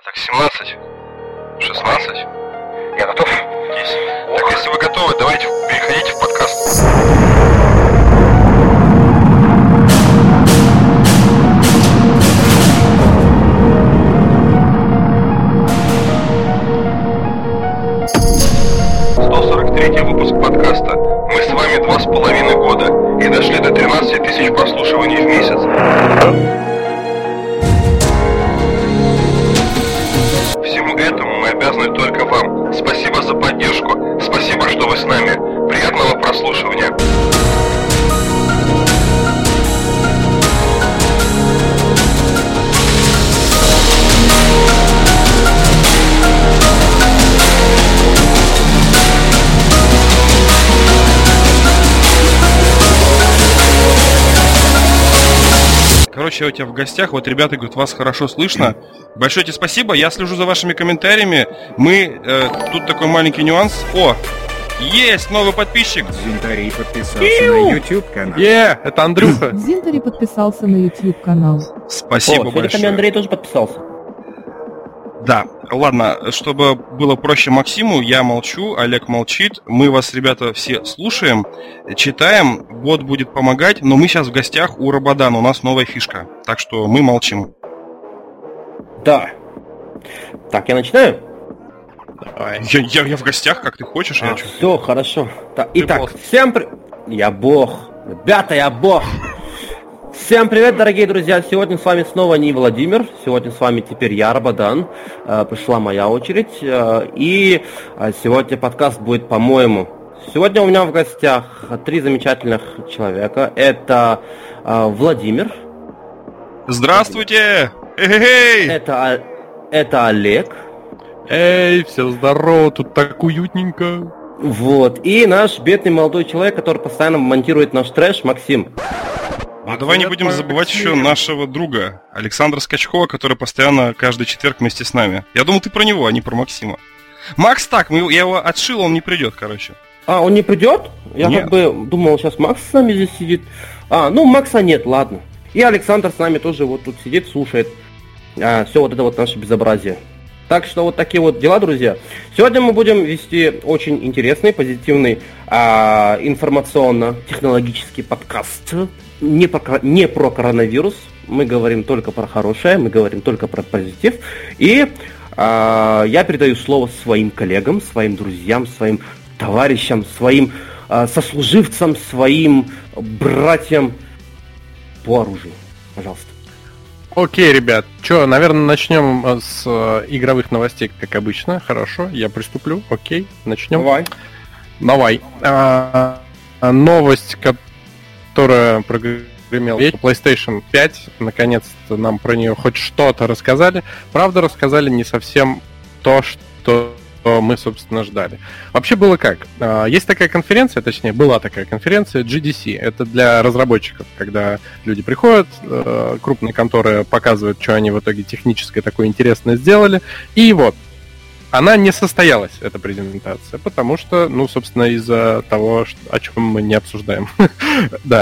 Так, 17, 16. Я готов. Есть. Так, если вы готовы, давайте переходите в подкаст. Третий выпуск подкаста. Мы с вами 2,5 года и дошли до 13 тысяч прослушиваний в месяц. Всему этому мы обязаны только вам. Спасибо за поддержку. Спасибо, что вы с нами. Приятного прослушивания. Короче, я у тебя в гостях, вот ребята говорят, вас хорошо слышно. Большое тебе спасибо, я слежу за вашими комментариями. Тут такой маленький нюанс. О, есть новый подписчик. Зинтарий подписался на YouTube канал. Это Андрюха. Зинтарий подписался на YouTube канал. Спасибо большое. Ко мне Андрей тоже подписался. Да, ладно, чтобы было проще Максиму, я молчу, Олег молчит. Мы вас, ребята, все слушаем, читаем, бот будет помогать, но мы сейчас в гостях у Рабадана, у нас новая фишка, так что мы молчим. Да. Так, я начинаю? Давай. Я в гостях, как ты хочешь. Все, хорошо. Так, итак, всем Я бог. Ребята, я бог. Всем привет, дорогие друзья! Сегодня с вами снова не Владимир, сегодня с вами теперь я, Рабадан. Пришла моя очередь, и сегодня подкаст будет по-моему. Сегодня у меня в гостях 3 замечательных человека. Это Владимир. Здравствуйте! Эй! Это Олег. Эй, всем здорово, тут так уютненько. Вот, и наш бедный молодой человек, который постоянно монтирует наш трэш, Максим. А давай не будем забывать еще нашего друга Александра Скачкова, который постоянно каждый четверг вместе с нами. Я думал, ты про него, а не про Максима. Макс так, я его отшил, он не придет, короче. А, он не придет? Я нет. Как бы думал, сейчас Макс с нами здесь сидит. Макса нет, ладно. И Александр с нами тоже вот тут сидит, слушает все вот это вот наше безобразие. Так что вот такие вот дела, друзья. Сегодня мы будем вести очень интересный, позитивный, информационно-технологический подкаст. Не про коронавирус, мы говорим только про хорошее, мы говорим только про позитив. И я передаю слово своим коллегам, своим друзьям, своим товарищам, своим сослуживцам, своим братьям по оружию. Пожалуйста. Окей, ребят, наверное, начнем с игровых новостей, как обычно. Хорошо, я приступлю. Окей, начнем. Давай. Новость, которая прогремела PlayStation 5. Наконец-то нам про нее хоть что-то рассказали. Правда, рассказали не совсем то, что мы, собственно, ждали. Вообще было как? Есть такая конференция, точнее, была такая конференция GDC. Это для разработчиков, когда люди приходят, крупные конторы показывают, что они в итоге техническое такое интересное сделали. И вот, она не состоялась, эта презентация, потому что, собственно, из-за того, о чем мы не обсуждаем. Да.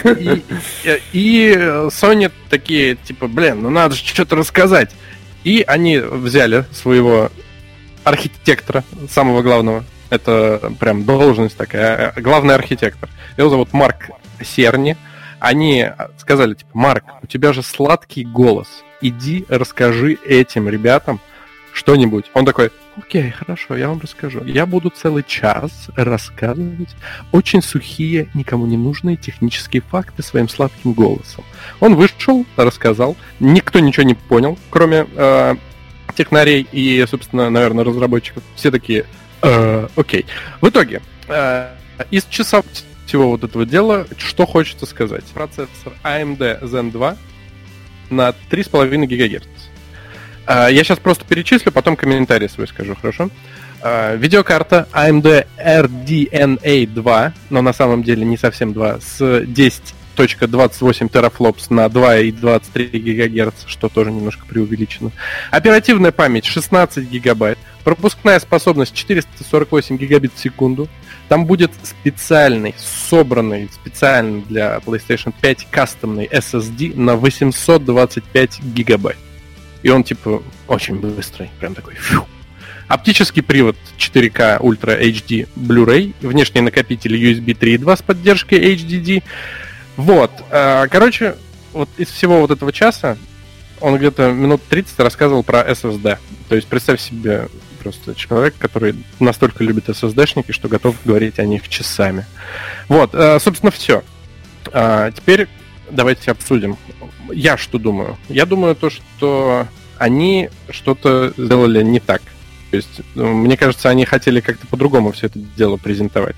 И Sony такие, типа, надо же что-то рассказать. И они взяли своего архитектора, самого главного. Это прям должность такая, главный архитектор. Его зовут Марк Серни. Они сказали, типа, Марк, у тебя же сладкий голос. Иди расскажи этим ребятам что-нибудь. Он такой, окей, хорошо, я вам расскажу. Я буду целый час рассказывать очень сухие, никому не нужные технические факты своим сладким голосом. Он вышел, рассказал. Никто ничего не понял, кроме технарей и, собственно, наверное, разработчиков. Все такие, окей. В итоге, из часа всего вот этого дела, что хочется сказать. Процессор AMD Zen 2 на 3,5 ГГц. Я сейчас просто перечислю, потом комментарий свой скажу, хорошо? Видеокарта AMD RDNA 2, но на самом деле не совсем 2, с 10.28 терафлопс на 2,23 ГГц, что тоже немножко преувеличено. Оперативная память 16 ГБ, пропускная способность 448 гигабит в секунду. Там будет собранный специально для PlayStation 5 кастомный SSD на 825 гигабайт. и он типа очень быстрый, прям такой фью. Оптический привод 4К Ultra HD Blu-ray, внешний накопитель USB 3.2 с поддержкой HDD. Вот, короче, вот из всего вот этого часа он где-то минут 30 рассказывал про SSD. То есть представь себе просто человек, который настолько любит SSD-шники, что готов говорить о них часами. Вот, собственно, все. Теперь давайте обсудим. Я что думаю? Я думаю то, что они что-то сделали не так. То есть, мне кажется, они хотели как-то по-другому все это дело презентовать.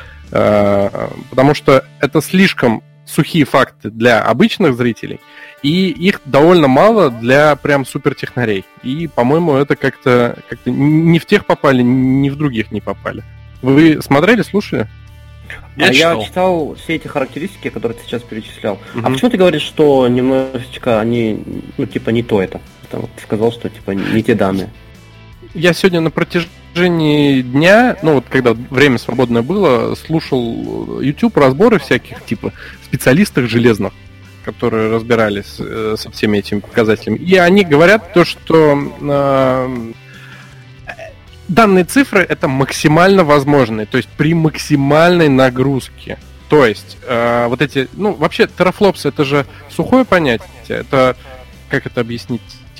Потому что это слишком сухие факты для обычных зрителей, и их довольно мало для прям супертехнарей. И, по-моему, это как-то не в тех попали, ни в других не попали. Вы смотрели, слушали? Я читал все эти характеристики, которые ты сейчас перечислял. А почему ты говоришь, что немножечко они, не то это? Ты сказал, что, не те данные. Я сегодня на протяжении дня, когда время свободное было, слушал YouTube разборы всяких, специалистов железных, которые разбирались со всеми этими показателями. И они говорят то, что данные цифры это максимально возможные, то есть при максимальной нагрузке. То есть вот эти, вообще терафлопс это же сухое понятие, это, как это объяснить,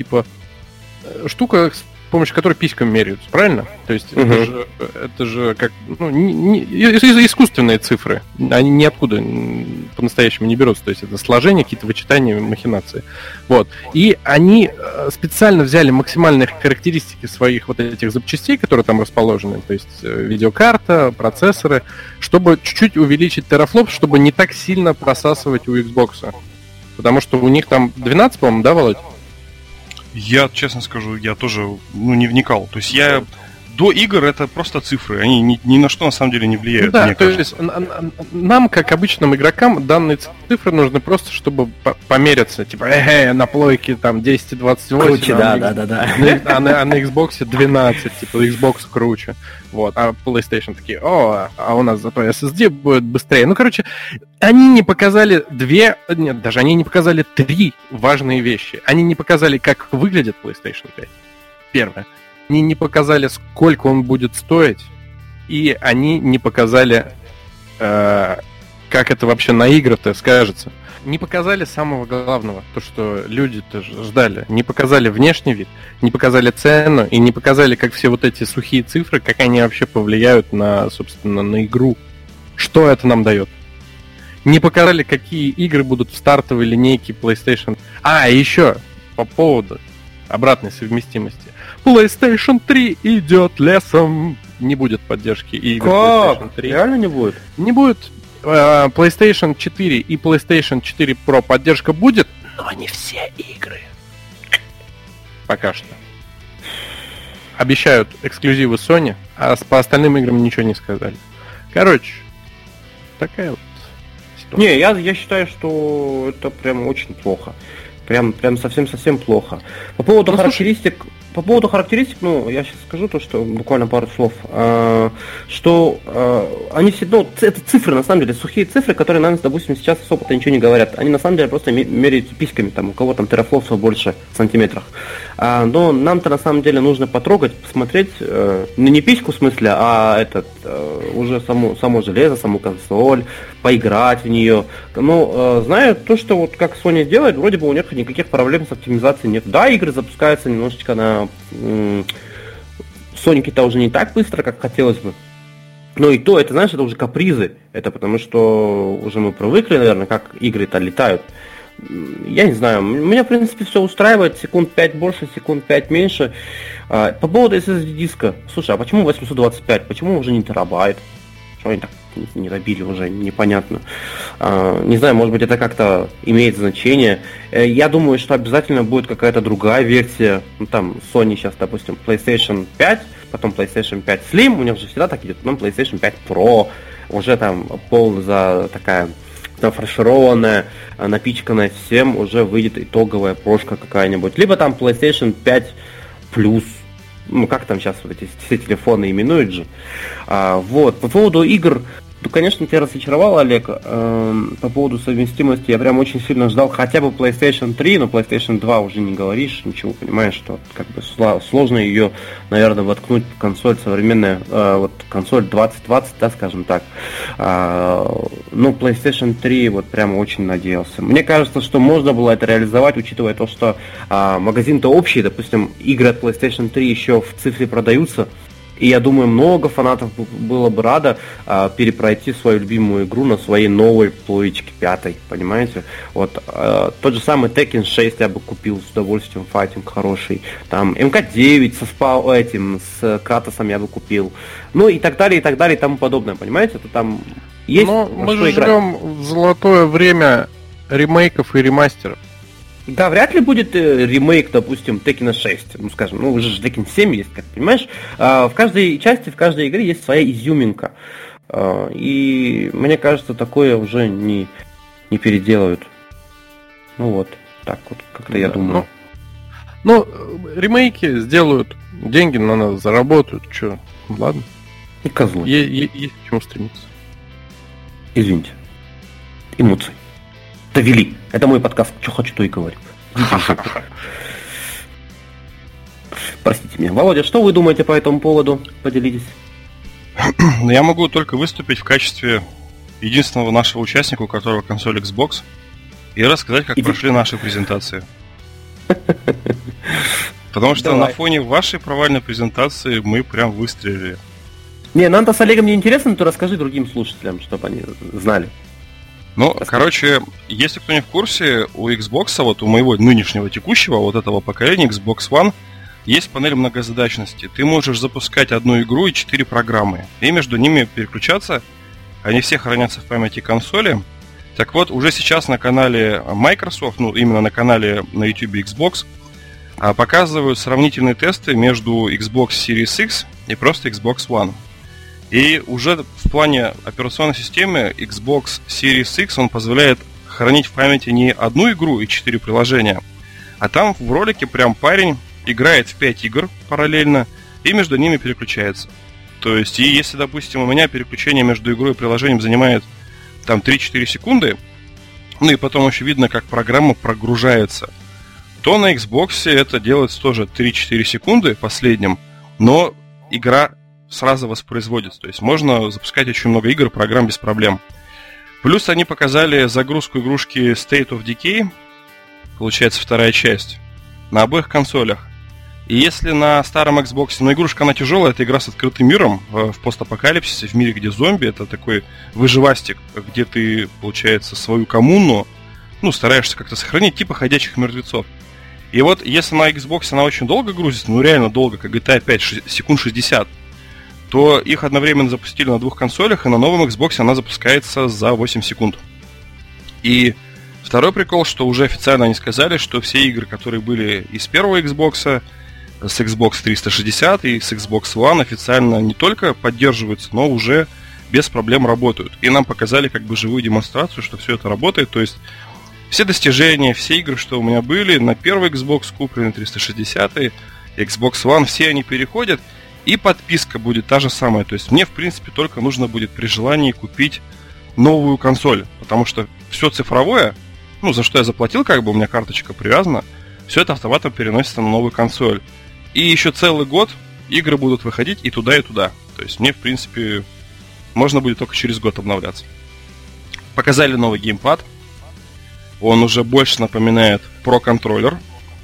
штука, с помощью которой письками меряются, правильно? То есть это же как искусственные цифры. Они ниоткуда по-настоящему не берутся. То есть это сложение, какие-то вычитания, махинации. Вот. И они специально взяли максимальные характеристики своих вот этих запчастей, которые там расположены, то есть видеокарта, процессоры, чтобы чуть-чуть увеличить терафлопс, чтобы не так сильно просасывать у Xbox. Потому что у них там 12, по-моему, да, Володь? Я, честно скажу, я тоже не вникал. То есть я до игр это просто цифры, они ни на что на самом деле не влияют. Да, то есть нам, как обычным игрокам, данные цифры нужны просто, чтобы помериться. На плойке там 10-28. Круче, да. А на Xbox 12, Xbox круче. Вот, а PlayStation такие, а у нас зато SSD будет быстрее. Они не показали они не показали 3 важные вещи. Они не показали, как выглядит PlayStation 5. Первое. Они не показали, сколько он будет стоить, и они не показали, как это вообще на игры-то скажется. Не показали самого главного, то, что люди-то ждали. Не показали внешний вид, не показали цену, и не показали, как все вот эти сухие цифры, как они вообще повлияют на, собственно, на игру. Что это нам дает? Не показали, какие игры будут в стартовой линейке PlayStation. И еще по поводу обратной совместимости. PlayStation 3 идет лесом. Не будет поддержки игр PlayStation 3. Реально не будет? Не будет. PlayStation 4 и PlayStation 4 Pro поддержка будет, но не все игры. Пока что. Обещают эксклюзивы Sony, а по остальным играм ничего не сказали. Короче, такая вот ситуация. Не, я считаю, что это прям очень плохо. Прям совсем плохо. По поводу характеристик, я сейчас скажу то, что буквально пару слов, что они все, это цифры, на самом деле, сухие цифры, которые нам, допустим, сейчас особо-то ничего не говорят. Они на самом деле просто меряются письками, у кого там терафлопсов больше в сантиметрах. Но нам-то на самом деле нужно потрогать, посмотреть, не письку в смысле, а уже само железо, саму консоль, поиграть в нее. Знаю то, что вот как Sony делает, вроде бы у них никаких проблем с оптимизацией нет. Да, игры запускаются немножечко на Сонике-то уже не так быстро, как хотелось бы. Но и то, это, знаешь, это уже капризы. Это потому что уже мы привыкли, наверное, как игры-то летают. Я не знаю, меня, в принципе, все устраивает. Секунд 5 больше, секунд 5 меньше. По поводу SSD-диска. Слушай, а почему 825? Почему уже не терабайт? Что они так не добили уже, непонятно. Не знаю, может быть, это как-то имеет значение. Я думаю, что обязательно будет какая-то другая версия. Там Sony сейчас, допустим, PlayStation 5, потом PlayStation 5 Slim, у них же всегда так идет, потом PlayStation 5 Pro, уже там полностью такая фаршированная, напичканная всем, уже выйдет итоговая прошка какая-нибудь. Либо там PlayStation 5 Plus. Как там сейчас вот эти все телефоны именуют же. Вот. По поводу игр, Ну, конечно, тебя разочаровал, Олег, по поводу совместимости. Я прям очень сильно ждал хотя бы PlayStation 3, но PlayStation 2 уже не говоришь, ничего, понимаешь, что как бы сложно ее, наверное, воткнуть в консоль современная, вот консоль 2020, да, скажем так. Ну, PlayStation 3 вот прямо очень надеялся. Мне кажется, что можно было это реализовать, учитывая то, что магазин-то общий, допустим, игры от PlayStation 3 еще в цифре продаются. И я думаю, много фанатов было бы рада перепройти свою любимую игру на своей новой плоечке 5, понимаете? Вот тот же самый Tekken 6 я бы купил с удовольствием, файтинг хороший. Там МК-9 с Кратосом я бы купил. Ну и так далее, и тому подобное, понимаете? Это там есть. Но мы же живем в золотое время ремейков и ремастеров. Да, вряд ли будет ремейк, допустим, Tekken 6, ну скажем, ну уже же Tekken 7 есть, как понимаешь. В каждой части, в каждой игре есть своя изюминка. И мне кажется, такое уже не переделают. Ну вот, так вот, как-то я думаю. Ну, ремейки сделают, деньги на нас заработают, что, ладно. И козлы. Есть к чему стремиться. Извините. Эмоции. Довели. Это мой подкаст. Что хочу, то и говорю. Простите меня. Володя, что вы думаете по этому поводу? Поделитесь. Я могу только выступить в качестве единственного нашего участника, у которого консоль Xbox, и рассказать, как прошли наши презентации. Потому что на фоне вашей провальной презентации мы прям выстрелили. Не, нам-то с Олегом не интересно, то расскажи другим слушателям, чтобы они знали. Ну, короче, если кто не в курсе, у Xbox, вот у моего нынешнего текущего, вот этого поколения, Xbox One, есть панель многозадачности. Ты можешь запускать одну игру и 4 программы, и между ними переключаться. Они все хранятся в памяти консоли. Так вот, уже сейчас на канале Microsoft, ну, именно на канале на YouTube Xbox, показывают сравнительные тесты между Xbox Series X и просто Xbox One. И уже в плане операционной системы Xbox Series X он позволяет хранить в памяти не одну игру и 4 приложения, а там в ролике прям парень играет в 5 игр параллельно и между ними переключается. То есть, и если, допустим, у меня переключение между игрой и приложением занимает там 3-4 секунды, ну и потом еще видно, как программа прогружается, то на Xbox это делается тоже 3-4 секунды последним, но игра сразу воспроизводится. То есть можно запускать очень много игр, программ без проблем. Плюс они показали загрузку игрушки State of Decay, получается вторая часть, на обоих консолях. И если на старом Xbox, ну игрушка она тяжелая, это игра с открытым миром в постапокалипсисе, в мире, где зомби, это такой выживастик, где ты, получается, свою коммуну, ну, стараешься как-то сохранить, типа ходячих мертвецов. И вот если на Xbox она очень долго грузится, ну реально долго, как GTA 5, секунд 60, то их одновременно запустили на двух консолях, и на новом Xbox она запускается за 8 секунд. И второй прикол, что уже официально они сказали, что все игры, которые были из первого Xbox, с Xbox 360 и с Xbox One, официально не только поддерживаются, но уже без проблем работают. И нам показали как бы живую демонстрацию, что все это работает. То есть все достижения, все игры, что у меня были на первый Xbox купленный, 360 и Xbox One, все они переходят. И подписка будет та же самая. То есть мне, в принципе, только нужно будет при желании купить новую консоль. Потому что все цифровое, ну, за что я заплатил, как бы у меня карточка привязана, все это автоматом переносится на новую консоль. И еще целый год игры будут выходить и туда, и туда. То есть мне, в принципе, можно будет только через год обновляться. Показали новый геймпад. Он уже больше напоминает Pro Controller.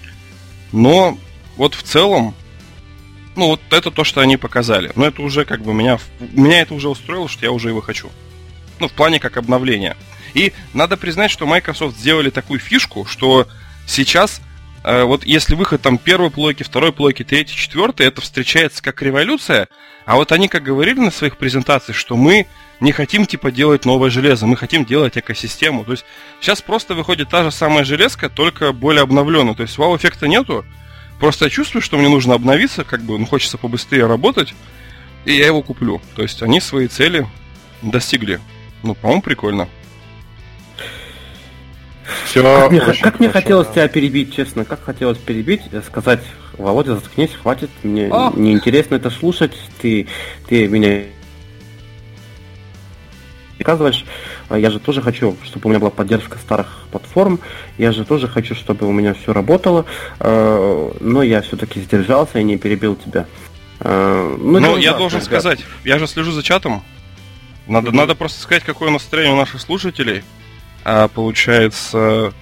Но вот в целом, ну, вот это то, что они показали. Но это уже как бы меня это уже устроило, что я уже его хочу. Ну, в плане как обновления. И надо признать, что Microsoft сделали такую фишку, что сейчас, вот если выход там первой плойки, второй плойки, третьей, четвертой, это встречается как революция. А вот они как говорили на своих презентациях, что мы не хотим типа делать новое железо, мы хотим делать экосистему. То есть сейчас просто выходит та же самая железка, только более обновленная. То есть вау-эффекта нету. Просто я чувствую, что мне нужно обновиться, как бы, ну, хочется побыстрее работать, и я его куплю. То есть они свои цели достигли. Ну, по-моему, прикольно. Все. Как мне хотелось тебя перебить, честно, как хотелось перебить, сказать: Володя, заткнись, хватит, мне неинтересно это слушать, ты меня приказываешь, я же тоже хочу, чтобы у меня была поддержка старых платформ, я же тоже хочу, чтобы у меня все работало, но я все-таки сдержался и не перебил тебя. Ну, я должен сказать, я же слежу за чатом. Надо просто сказать, какое настроение у наших слушателей. Получается...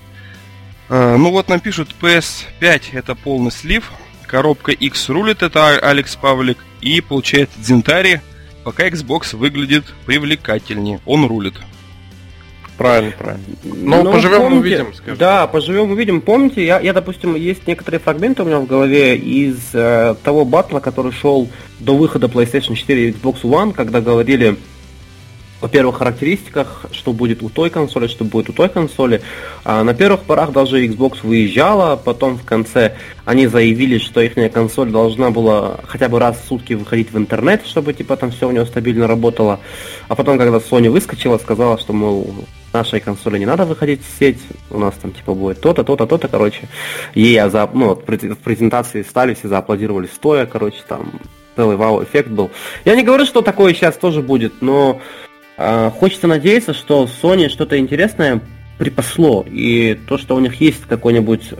Ну вот нам пишут, PS5 это полный слив, коробка X рулит, это Алекс Павлик, и получается Дзентари, пока Xbox выглядит привлекательнее, он рулит. Правильно. Но поживем увидим, скажем. Да, поживем увидим. Помните, я, допустим, есть некоторые фрагменты у меня в голове из того батла, который шел до выхода PlayStation 4 и Xbox One, когда говорили о первых характеристиках, что будет у той консоли, что будет у той консоли. На первых порах даже Xbox выезжала, потом в конце они заявили, что их консоль должна была хотя бы раз в сутки выходить в интернет, чтобы типа там все у него стабильно работало. А потом, когда Sony выскочила, сказала, что, мол, нашей консоли не надо выходить в сеть, у нас там типа будет то-то, короче. Ей в презентации стали, все зааплодировали стоя, короче, там целый вау-эффект был. Я не говорю, что такое сейчас тоже будет, но хочется надеяться, что Sony что-то интересное припасло, и то, что у них есть какой-нибудь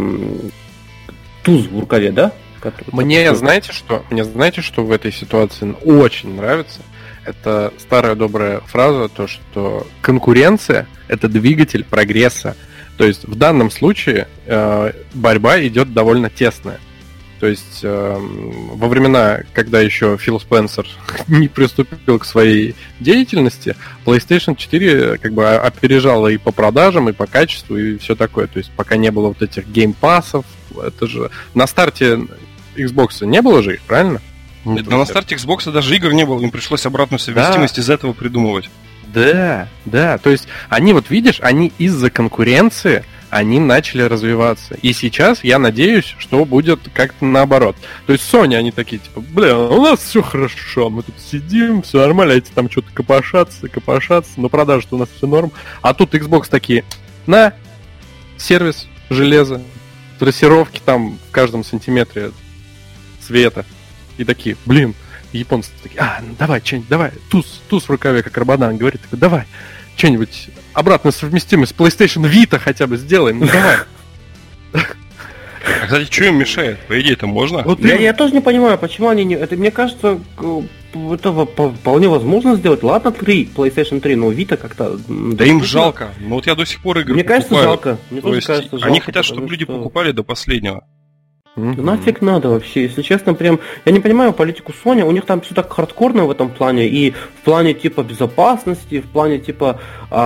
туз в рукаве, да? Мне знаете, что в этой ситуации очень нравится? Это старая добрая фраза, то, что конкуренция – это двигатель прогресса. То есть в данном случае борьба идет довольно тесная. То есть во времена, когда еще Фил Спенсер не приступил к своей деятельности, PlayStation 4 как бы опережала и по продажам, и по качеству, и все такое. То есть пока не было вот этих геймпассов, это же на старте Xbox не было же их, правильно? Да, на старте Xbox даже игр не было, им пришлось обратную совместимость из этого придумывать. Да, то есть они, вот видишь, они из-за конкуренции они начали развиваться. И сейчас я надеюсь, что будет как-то наоборот. То есть Sony, они такие, типа, у нас все хорошо, мы тут сидим, все нормально, эти там что-то копошатся, но продажи-то у нас все норм. А тут Xbox такие, на, сервис, железо, трассировки там в каждом сантиметре цвета. И такие, японцы такие, давай, что-нибудь, давай, туз в рукаве, как Рабадан говорит, такой, давай, что-нибудь обратно совместимое с PlayStation Vita хотя бы сделаем, давай. А, кстати, что им мешает? По идее, это можно? Вот я тоже не понимаю, почему они не... Это, мне кажется, это вполне возможно сделать. Ладно, PlayStation 3, но Vita как-то... Да им жалко. Но вот я до сих пор игры Мне кажется, жалко. Мне тоже кажется, жалко. Они хотят, чтобы люди покупали до последнего. Да нафиг надо вообще, если честно, прям... Я не понимаю политику Sony, у них там все так хардкорно в этом плане, и в плане типа безопасности, в плане типа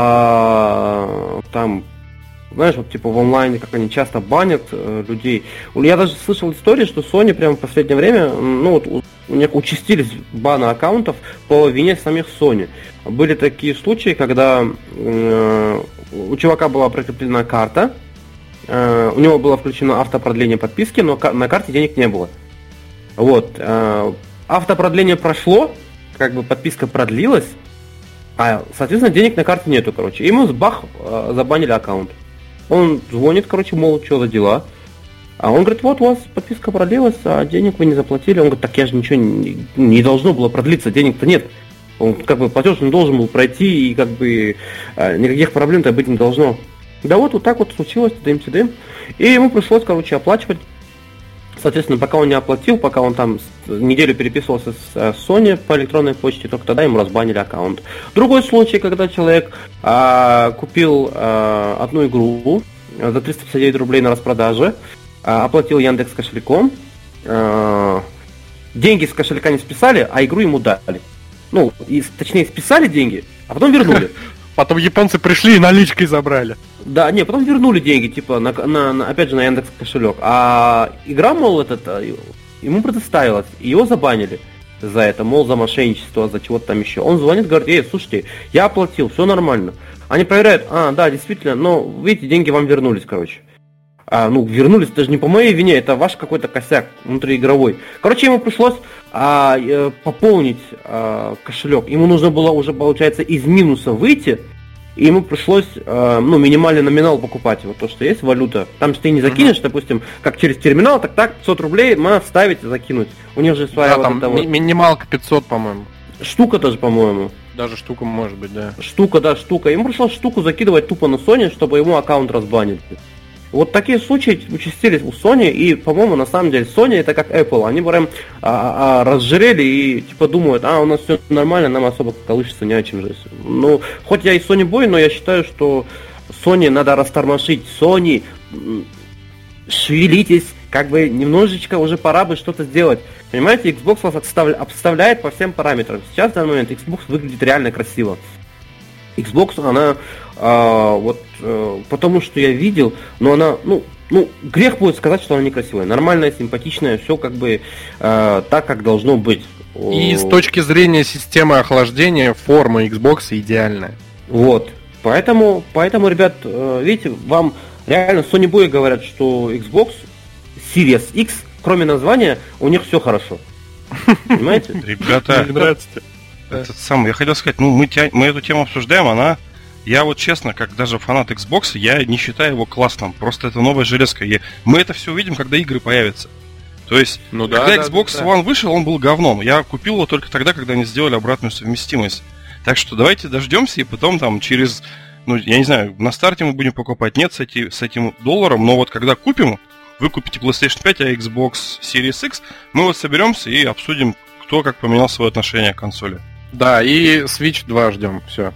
там, знаешь, вот типа в онлайне, как они часто банят людей. Я даже слышал истории, что Sony прям в последнее время, у них участились баны аккаунтов по вине самих Sony. Были такие случаи, когда у чувака была прикреплена карта, у него было включено автопродление подписки, но на карте денег не было. Вот. Автопродление прошло, как бы подписка продлилась, а, соответственно, денег на карте нету, короче. И ему забанили аккаунт. Он звонит, короче, мол, что за дела? А он говорит, вот у вас подписка продлилась, а денег вы не заплатили. Он говорит, так я же ничего не должно было продлиться, денег-то нет. Он как бы платеж не должен был пройти, и как бы никаких проблем-то быть не должно. Да вот так вот случилось, тдым-тдым. И ему пришлось, короче, оплачивать. Соответственно, пока он не оплатил, пока он там неделю переписывался с Sony по электронной почте, только тогда ему разбанили аккаунт. Другой случай, когда человек купил одну игру за 359 рублей на распродаже, оплатил Яндекс кошельком, деньги с кошелька не списали, а игру ему дали. Точнее, списали деньги, а потом вернули. Потом японцы пришли и наличкой забрали. Да, потом вернули деньги, типа, опять же, на Яндекс кошелек. А игра, мол, ему предоставилась, и его забанили за это, мол, за мошенничество, за чего-то там еще. Он звонит, говорит, слушайте, я оплатил, все нормально. Они проверяют, да, действительно, но, видите, деньги вам вернулись, короче. Вернулись даже не по моей вине, это ваш какой-то косяк внутриигровой. Короче, ему пришлось пополнить кошелек. Ему нужно было уже, получается, из минуса выйти, и ему пришлось минимальный номинал покупать. Вот то, что есть валюта. Там же ты не закинешь, допустим, как через терминал, так 500 рублей надо вставить и закинуть. У них же своя минималка 500, по-моему. Штука даже, по-моему. Даже штука может быть, да. Штука. Ему пришлось штуку закидывать тупо на Sony, чтобы ему аккаунт разбанили. Вот такие случаи участились у Sony, и, по-моему, на самом деле Sony это как Apple. Они прям разжирели и типа думают, у нас все нормально, нам особо колышется не о чем же. Ну, хоть я и Sony бой, но я считаю, что Sony надо растормошить. Sony, шевелитесь, как бы немножечко уже пора бы что-то сделать. Понимаете, Xbox вас обставляет по всем параметрам. Сейчас в данный момент Xbox выглядит реально красиво. Xbox, она, потому что я видел, но она, грех будет сказать, что она некрасивая. Нормальная, симпатичная, все как бы так, как должно быть. И с точки зрения системы охлаждения, форма Xbox идеальная. Вот. Поэтому, ребят, видите, вам реально Sony Boy говорят, что Xbox Series X, кроме названия, у них все хорошо. Понимаете? Ребята, Мне нравится. я хотел сказать, мы эту тему обсуждаем, я вот честно, как даже фанат Xbox, я не считаю его классным, просто это новая железка. Мы это все увидим, когда игры появятся. То есть, когда Xbox One вышел, он был говном. Я купил его только тогда, когда они сделали обратную совместимость. Так что давайте дождемся, и потом там через, я не знаю, на старте мы будем покупать, нет, с этим $1, но вот когда купим, вы купите PlayStation 5, а Xbox Series X, мы вот соберемся и обсудим, кто как поменял свое отношение к консоли. Да, и Switch 2 ждем, все.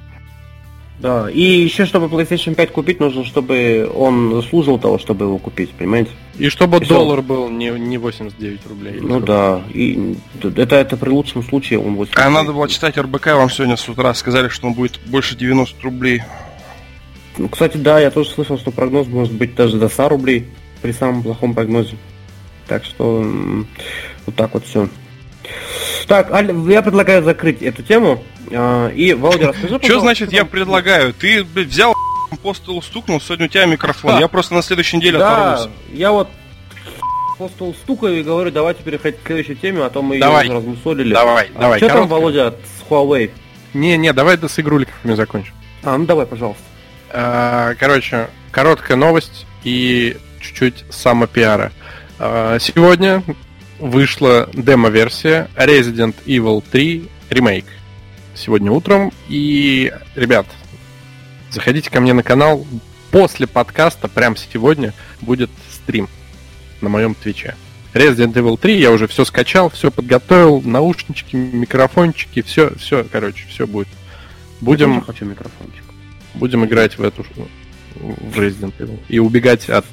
Да, и еще, чтобы PlayStation 5 купить, нужно, чтобы он заслужил того, чтобы его купить, понимаете? И чтобы доллар был не 89 рублей. Да, и это при лучшем случае он 89. А надо было читать РБК, вам сегодня с утра сказали, что он будет больше 90 рублей. Кстати, да, я тоже слышал, что прогноз может быть даже до 100 рублей при самом плохом прогнозе. Так что вот так вот все. Так, я предлагаю закрыть эту тему. И, Володя, расскажи, пожалуйста. Что значит я предлагаю? Ты, взял по столу стукнул, сегодня у тебя микрофон. Я просто на следующей неделе оторвусь. Я вот по столу стукаю и говорю, давайте переходить к следующей теме, а то мы ее уже размусолили. Давай. Что там, Володя, с Huawei? Не, давай с игруликами закончим. Давай, пожалуйста. Короче, короткая новость и чуть-чуть самопиара. Сегодня вышла демо-версия Resident Evil 3 Remake. Сегодня утром. И, ребят, заходите ко мне на канал. После подкаста, прямо сегодня, будет стрим на моем твиче. Resident Evil 3, я уже все скачал, все подготовил, наушнички, микрофончики, все, короче, все будет. Я хочу микрофончик. Будем играть в Resident Evil. И убегать от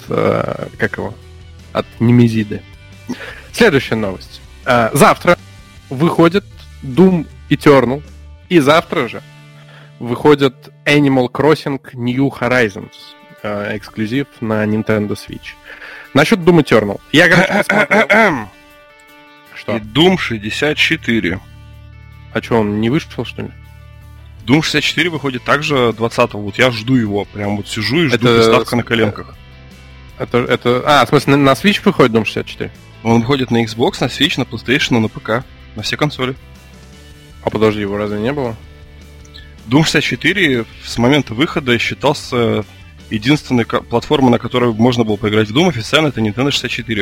Немезиды. Следующая новость. Завтра выходит Doom Eternal. И завтра же выходит Animal Crossing New Horizons. Эксклюзив на Nintendo Switch. Насчет Doom Eternal. Я, короче, посмотрел. Что? И Doom 64. А что, он не вышел, что ли? Doom 64 выходит также 20-го. Вот я жду его. Прям вот сижу и жду, приставка на коленках. В смысле, на Switch выходит Doom 64? Он выходит на Xbox, на Switch, на PlayStation, на ПК. На все консоли. А подожди, его разве не было? Doom 64 с момента выхода считался единственной платформой, на которой можно было поиграть в Doom, официально это Nintendo 64.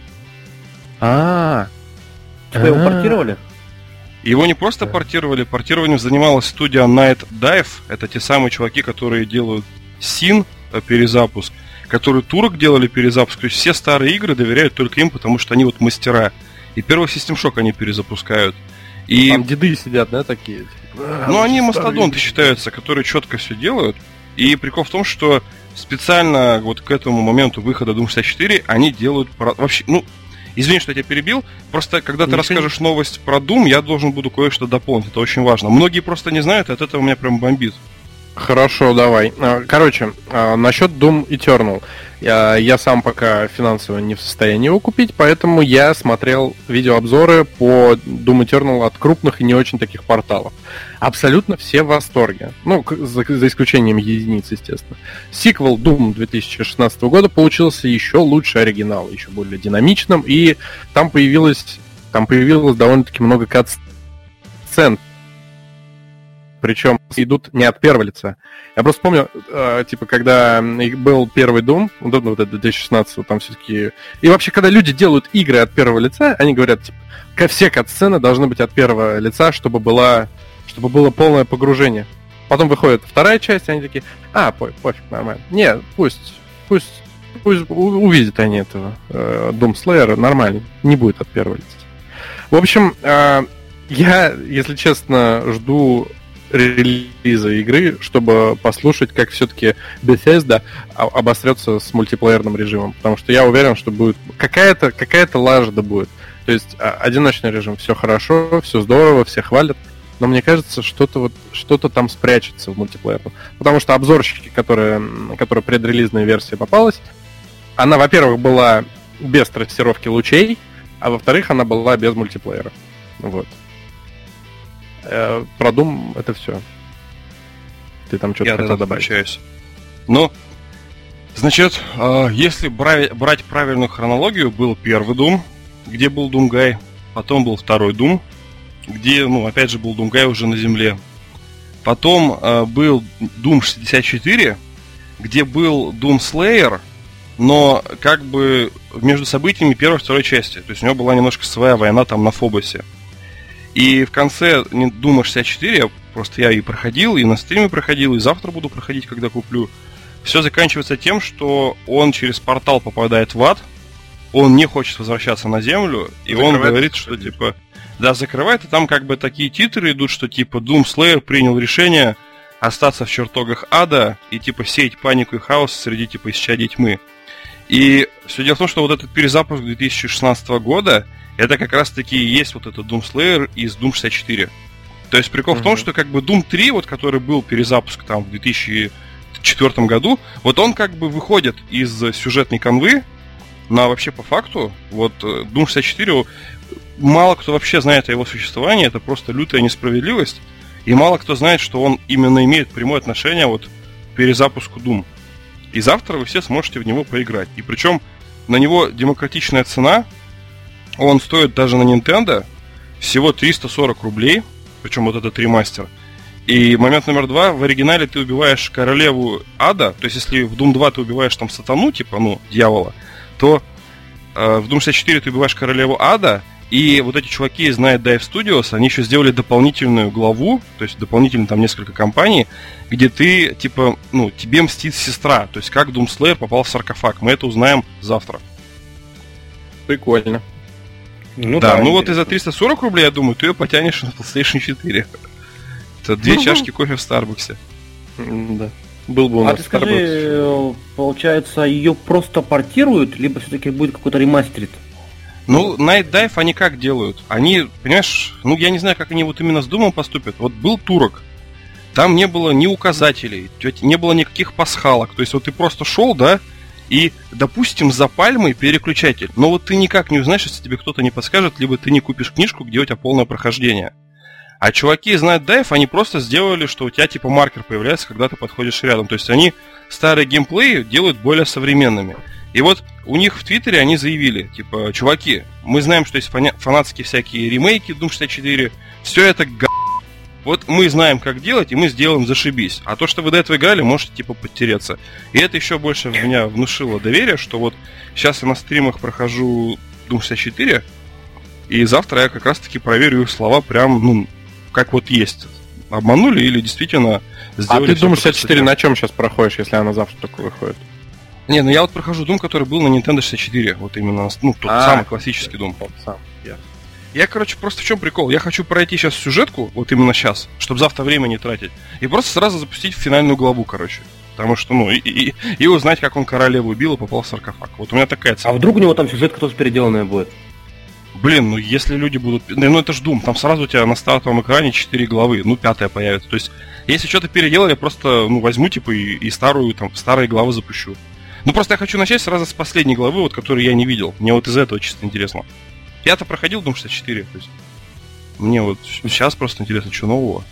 Его портировали? Его не просто портировали, портированием занималась студия Night Dive. Это те самые чуваки, которые делают Sin перезапуск, которые Турок делали перезапуск. То есть все старые игры доверяют только им, потому что они вот мастера. И первый System Shock они перезапускают. И... Там деды сидят, да, такие? Они мастодонты считаются, которые четко все делают. И прикол в том, что специально вот к этому моменту выхода Doom 64 они делают... Вообще, извини, что я тебя перебил. Просто когда ты расскажешь новость про Doom, я должен буду кое-что дополнить. Это очень важно. Многие просто не знают, и от этого меня прям бомбит. Хорошо, давай. Короче, насчет Doom Eternal. Я сам пока финансово не в состоянии его купить, поэтому я смотрел видеообзоры по Doom Eternal от крупных и не очень таких порталов. Абсолютно все в восторге. За исключением единиц, естественно. Сиквел Doom 2016 года получился еще лучше оригинала, еще более динамичным, и там появилось довольно-таки много кат-сцен. Причем идут не от первого лица. Я просто помню, когда был первый Doom, вот это 2016, там все-таки... И вообще, когда люди делают игры от первого лица, они говорят, все кат-сцены должны быть от первого лица, чтобы чтобы было полное погружение. Потом выходит вторая часть, и они такие, пофиг, нормально. Нет, пусть увидят они этого Doom Slayer, нормально, не будет от первого лица. В общем, я, если честно, жду релиза игры, чтобы послушать, как все-таки Bethesda обосрется с мультиплеерным режимом, потому что я уверен, что будет какая-то лажа будет. То есть одиночный режим, все хорошо, все здорово, все хвалят, но мне кажется, что-то там спрячется в мультиплеерном. Потому что обзорщики, которая предрелизная версия попалась, она, во-первых, была без трассировки лучей, а во-вторых, она была без мультиплеера. Вот. Про Doom это все. Ты там что-то хотел добавить? Ну, значит, если брать правильную хронологию, был первый Doom, где был Doomguy, потом был второй Doom, где, опять же, был Doomguy уже на земле. Потом был Doom 64, где был Doom Slayer, но как бы между событиями первой и второй части. То есть у него была немножко своя война там на Фобосе. И в конце Doom 64, просто я и проходил, и на стриме проходил, и завтра буду проходить, когда куплю. Все заканчивается тем, что он через портал попадает в ад, он не хочет возвращаться на землю, и закрывает, он говорит, что типа... Да, закрывает, и там как бы такие титры идут, что типа Doom Slayer принял решение остаться в чертогах ада и типа сеять панику и хаос среди типа исчадий тьмы. И все дело в том, что вот этот перезапуск 2016 года, это как раз таки и есть вот этот Doom Slayer из Doom 64. То есть прикол в том, что как бы Doom 3, вот который был перезапуск там в 2004 году, вот он как бы выходит из сюжетной канвы, но вообще по факту, вот Doom 64, мало кто вообще знает о его существовании, это просто лютая несправедливость, и мало кто знает, что он именно имеет прямое отношение вот к перезапуску Doom. И завтра вы все сможете в него поиграть. И причем на него демократичная цена, он стоит даже на Nintendo всего 340 рублей, причем вот этот ремастер. И момент номер 2, в оригинале ты убиваешь королеву ада, то есть если в Doom 2 ты убиваешь там сатану, типа, дьявола, то в Doom 64 ты убиваешь королеву ада, и вот эти чуваки из Night Dive Studios, они еще сделали дополнительную главу, то есть дополнительно там несколько компаний, где ты, типа, тебе мстит сестра, то есть как Doom Slayer попал в саркофаг. Мы это узнаем завтра. Прикольно. Да, вот и за 340 рублей, я думаю, ты ее потянешь на PlayStation 4. Это 2 чашки кофе в Старбаксе. Да. Был бы у нас ты скажи, получается, ее просто портируют, либо все-таки будет какой-то ремастерит? Night Dive они как делают? Они, понимаешь, я не знаю, как они вот именно с Думом поступят. Вот был турок, там не было ни указателей, не было никаких пасхалок. То есть вот ты просто шел, да, и, допустим, за пальмой переключатель. Но вот ты никак не узнаешь, если тебе кто-то не подскажет, либо ты не купишь книжку, где у тебя полное прохождение. А чуваки из Night Dive, они просто сделали, что у тебя типа маркер появляется, когда ты подходишь рядом. То есть они старые геймплеи делают более современными. И вот у них в Твиттере они заявили, типа, чуваки, мы знаем, что есть фанатские всякие ремейки Doom 64, все это Вот мы знаем, как делать, и мы сделаем зашибись. А то, что вы до этого играли, можете, типа, подтереться. И это еще больше в меня внушило доверие, что вот сейчас я на стримах прохожу Doom 64, и завтра я как раз-таки проверю их слова прям, как вот есть. Обманули или действительно сделали... А ты Doom 64 на чем сейчас проходишь, если она завтра только выходит? Не, я вот прохожу Doom, который был на Nintendo 64. Вот именно, тот самый классический Doom. Я, просто в чем прикол? Я хочу пройти сейчас сюжетку, вот именно сейчас, чтобы завтра время не тратить, и просто сразу запустить финальную главу, Потому что, и узнать, как он королеву убил и попал в саркофаг. Вот у меня такая цель. А вдруг у него там сюжетка тоже переделанная будет? Блин, если люди будут... это ж Doom, там сразу у тебя на стартовом экране 4 главы, 5-я появится. То есть, если что-то переделали, я просто, возьму, типа, и старые главы запущу. Просто я хочу начать сразу с последней главы, вот, которую я не видел. Мне вот из-за этого чисто интересно. Я-то проходил Doom 64, то есть мне вот сейчас просто интересно, что нового.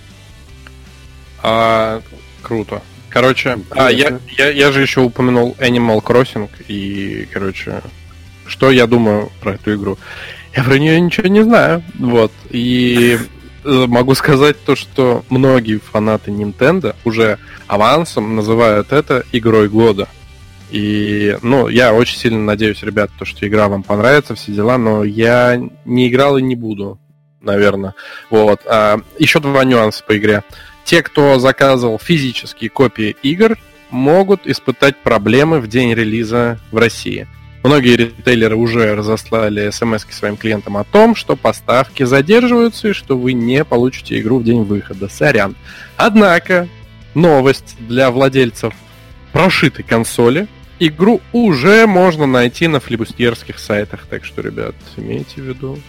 Круто. Короче, я же еще упомянул Animal Crossing, и, что я думаю про эту игру? Я про нее ничего не знаю, вот, и могу сказать то, что многие фанаты Nintendo уже авансом называют это игрой года. И, я очень сильно надеюсь, ребят, что игра вам понравится, все дела, но я не играл и не буду. наверное. Вот. Еще 2 нюанса по игре. Те, кто заказывал физические копии игр, могут испытать проблемы в день релиза в России. Многие ритейлеры уже разослали смс-ки своим клиентам о том, что поставки задерживаются и что вы не получите игру в день выхода. Сорян. Однако, новость для владельцев прошитой консоли. Игру уже можно найти на флибустьерских сайтах. Так что, ребят, имейте в виду.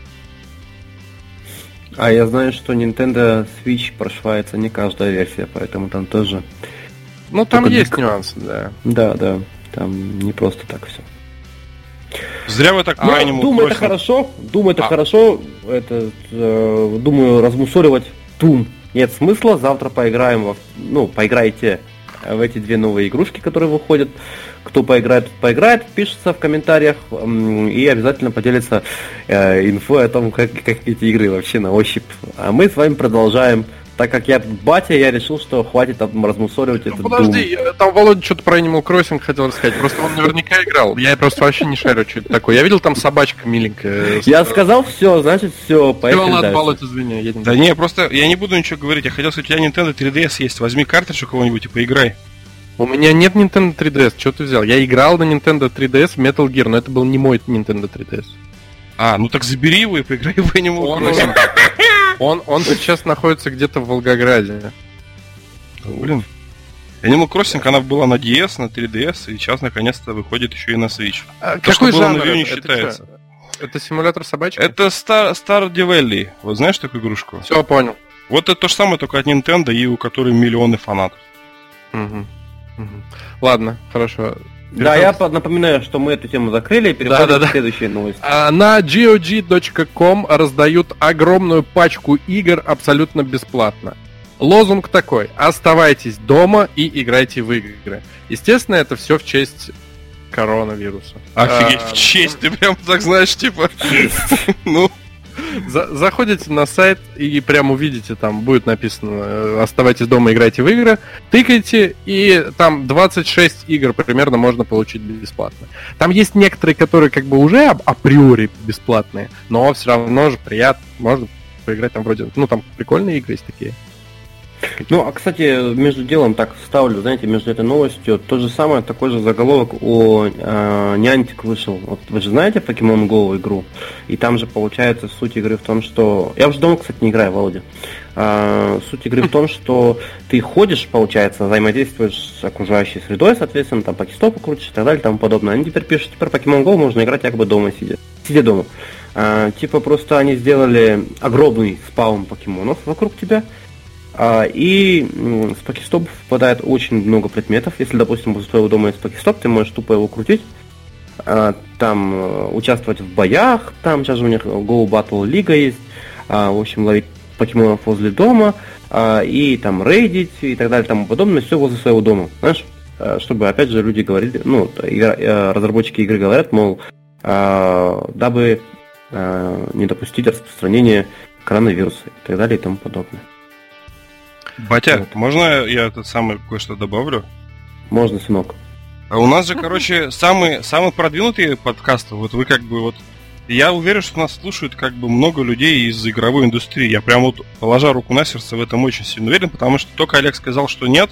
А я знаю, что Nintendo Switch прошивается не каждая версия, поэтому там тоже... Ну, там только есть нюансы, да. Да, там не просто так все. Зря вы так по Animal Думаю, это хорошо. Думаю, это хорошо. Думаю, размусоливать Doom нет смысла. Завтра поиграем поиграйте в эти 2 новые игрушки, которые выходят. Кто поиграет, тот поиграет, пишется в комментариях и обязательно поделится инфой о том, как эти игры вообще на ощупь. А мы с вами продолжаем. Так как я батя, я решил, что хватит там размусоливать этот Подожди, там Володя что-то про Animal Crossing хотел рассказать. Просто он наверняка играл. Я просто вообще не шарю, что это такое. Я видел там собачка миленькая. Я сказал все, значит все, поехали ладно, дальше. Володя, извини, едем. Да не, просто я не буду ничего говорить. Я хотел сказать, у тебя Nintendo 3DS есть. Возьми картридж у кого-нибудь и поиграй. У меня нет Nintendo 3DS, что ты взял? Я играл на Nintendo 3DS в Metal Gear, но это был не мой Nintendo 3DS. Ну так забери его и поиграй в Animal Crossing. Он сейчас находится где-то в Волгограде. Блин. Animal Crossing, она была на DS, на 3DS, и сейчас наконец-то выходит еще и на Switch. Какой жанр на Wii U не это? считается. Это симулятор собачки? Это Stardew Valley. Вот знаешь такую игрушку? Все, понял. Вот это то же самое, только от Nintendo, и у которой миллионы фанатов. Ладно, хорошо. Да, я напоминаю, что мы эту тему закрыли и переходим к следующей новости. На GOG.com раздают огромную пачку игр абсолютно бесплатно. Лозунг такой: оставайтесь дома и играйте в игры. Естественно, это все в честь коронавируса. Офигеть, в честь, ты прям так знаешь, типа... Ну... Заходите на сайт и прям увидите, там будет написано «Оставайтесь дома, играйте в игры», тыкайте, и там 26 игр примерно можно получить бесплатно. Там есть некоторые, которые как бы уже априори бесплатные, но все равно же приятно, можно поиграть там вроде, там прикольные игры есть такие. Ну, а, кстати, между делом так вставлю, знаете, между этой новостью, то же самое, такой же заголовок о Niantic вышел. Вот вы же знаете Pokemon Go игру? И там же, получается, суть игры в том, что... Я уже дома, кстати, не играю, Володя. Суть игры в том, что ты ходишь, получается, взаимодействуешь с окружающей средой, соответственно, там покестопы крутишь и так далее и тому подобное. Они теперь пишут, теперь Pokemon Go можно играть якобы дома сидя дома. Типа просто они сделали огромный спаун покемонов вокруг тебя, и с покестопов попадает очень много предметов. Если, допустим, возле твоего дома есть покестоп, ты можешь тупо его крутить, там участвовать в боях, там сейчас же у них Go Battle Лига есть, в общем, ловить покемонов возле дома, и там рейдить и так далее и тому подобное, все возле своего дома, знаешь, чтобы, опять же, люди говорили, разработчики игры говорят, мол, дабы не допустить распространения коронавируса и так далее и тому подобное. Батя, можно я кое-что добавлю? Можно, сынок. А у нас же, самый продвинутый подкаст. Вот вы я уверен, что нас слушают много людей из игровой индустрии. Я прям положа руку на сердце, в этом очень сильно уверен, потому что только Олег сказал, что нет.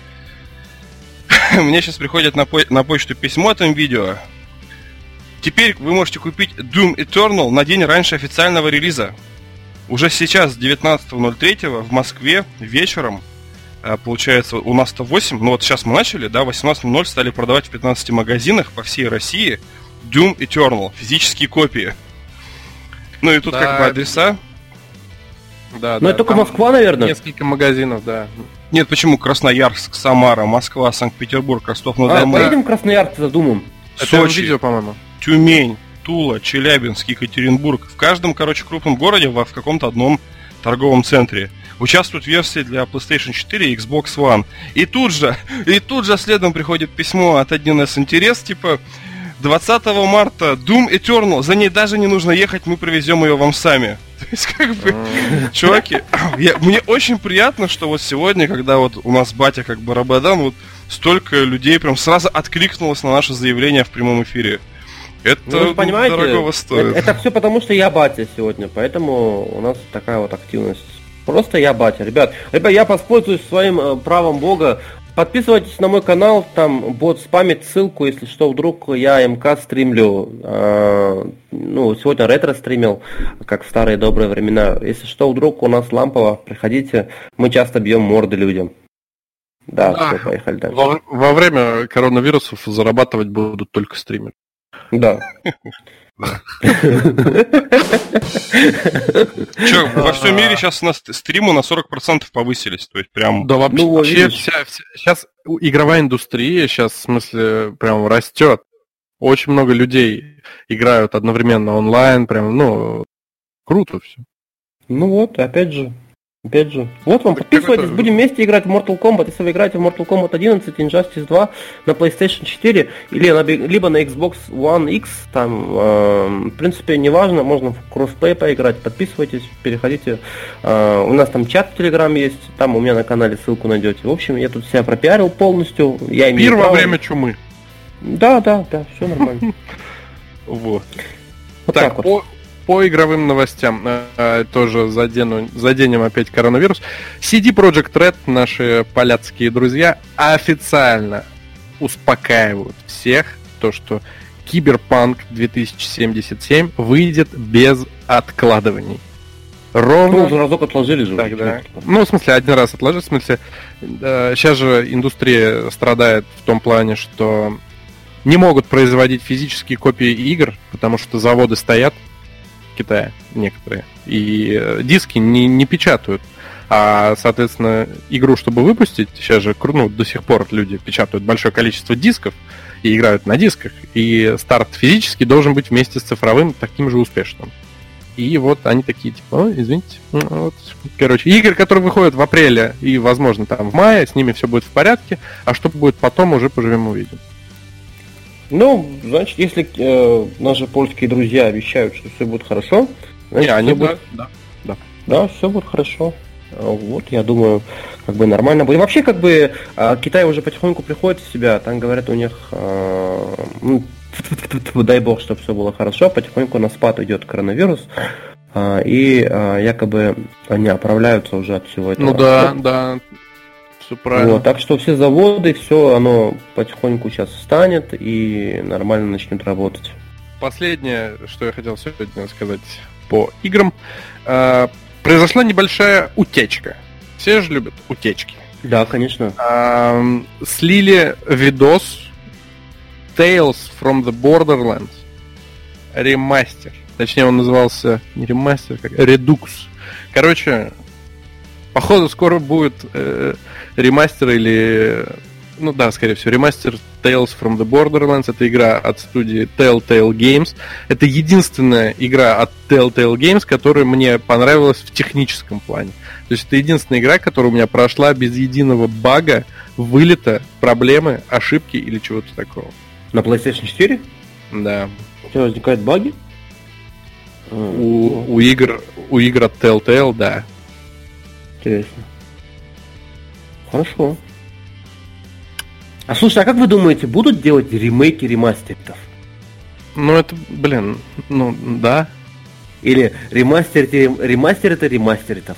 Мне сейчас приходит на почту письмо от видео. Теперь вы можете купить Doom Eternal на день раньше официального релиза. Уже сейчас, 19.03 в Москве вечером, получается, у нас-то 8, вот сейчас мы начали, 18.00 стали продавать в 15 магазинах по всей России Doom Eternal, физические копии. Ну и тут адреса. Да, но это только Москва, наверное. Несколько магазинов, да. Нет, почему? Красноярск, Самара, Москва, Санкт-Петербург, Ростов-на-Дону. Поедем в Красноярск за Думом. Сочи, видео, по-моему. Тюмень, Тула, Челябинск, Екатеринбург. В каждом, крупном городе в каком-то одном торговом центре. Участвуют версии для PlayStation 4 и Xbox One. И тут же следом приходит письмо от 1С Интерес, типа 20 марта Doom Eternal, за ней даже не нужно ехать, мы привезем ее вам сами. То есть, чуваки, мне очень приятно, что вот сегодня, когда вот у нас батя Рабадан, вот столько людей прям сразу откликнулось на наше заявление в прямом эфире. Это Ну, вы понимаете, дорогого стоит. это все потому, что я батя сегодня, поэтому у нас такая вот активность. Просто я батя. Ребят, я воспользуюсь своим правом бога. Подписывайтесь на мой канал, там бот спамит ссылку, если что, вдруг я МК стримлю. Сегодня ретро стримил, как в старые добрые времена. Если что, вдруг у нас лампово, приходите, мы часто бьем морды людям. Да, все, поехали дальше. Во время коронавирусов зарабатывать будут только стримеры. Да. Че, во всем мире сейчас на стримы на 40% повысились, то есть прям... Да вообще сейчас игровая индустрия сейчас, в смысле, прям растет. Очень много людей играют одновременно онлайн, прям, круто все. Ну вот, опять же. Вот вам, подписывайтесь, будем вместе играть в Mortal Kombat. Если вы играете в Mortal Kombat 11, Injustice 2 на PlayStation 4 либо на Xbox One X, там, в принципе, неважно, можно в кроссплей поиграть. Подписывайтесь, переходите. У нас там чат в Telegram есть, там у меня на канале ссылку найдете. В общем, я тут себя пропиарил полностью. Пир во время чумы. Да, все нормально. Вот. Так, по игровым новостям тоже заденем опять коронавирус. CD Projekt Red, наши поляцкие друзья, официально успокаивают всех, то что Киберпанк 2077 выйдет без откладываний. Ровно... уже разок отложили же. Тогда. В смысле, один раз отложили, в смысле, сейчас же индустрия страдает в том плане, что не могут производить физические копии игр, потому что заводы стоят в Китае некоторые, и диски не печатают. А, соответственно, игру, чтобы выпустить, сейчас же, до сих пор люди печатают большое количество дисков и играют на дисках, и старт физически должен быть вместе с цифровым таким же успешным. И вот они такие, типа, извините. Короче, игры, которые выходят в апреле и, возможно, там в мае, с ними все будет в порядке, а что будет потом, уже поживем увидим. Значит, если наши польские друзья обещают, что все будет хорошо, значит, они будет... Да, все будет хорошо. Вот, я думаю, нормально будет. И вообще, Китай уже потихоньку приходит в себя, там, говорят, у них, дай бог, чтобы все было хорошо, потихоньку на спад идет коронавирус, и якобы они оправляются уже от всего этого. Да. Все правильно. Вот, так что все заводы, все оно потихоньку сейчас встанет и нормально начнет работать. Последнее, что я хотел сегодня сказать по играм. Произошла небольшая утечка. Все же любят утечки. Да, конечно. Слили видос Tales from the Borderlands ремастер. Точнее, он назывался не ремастер, как Redux. Короче, походу скоро будет ремастер или... скорее всего, ремастер Tales from the Borderlands. Это игра от студии Telltale Games. Это единственная игра от Telltale Games, которая мне понравилась в техническом плане. То есть это единственная игра, которая у меня прошла без единого бага, вылета, проблемы, ошибки или чего-то такого. На PlayStation 4? Да. У тебя возникают баги? У игр от Telltale, да. Интересно. Хорошо. А слушай, а как вы думаете, будут делать ремейки ремастеров? Да. Или ремастер это ремастеритов?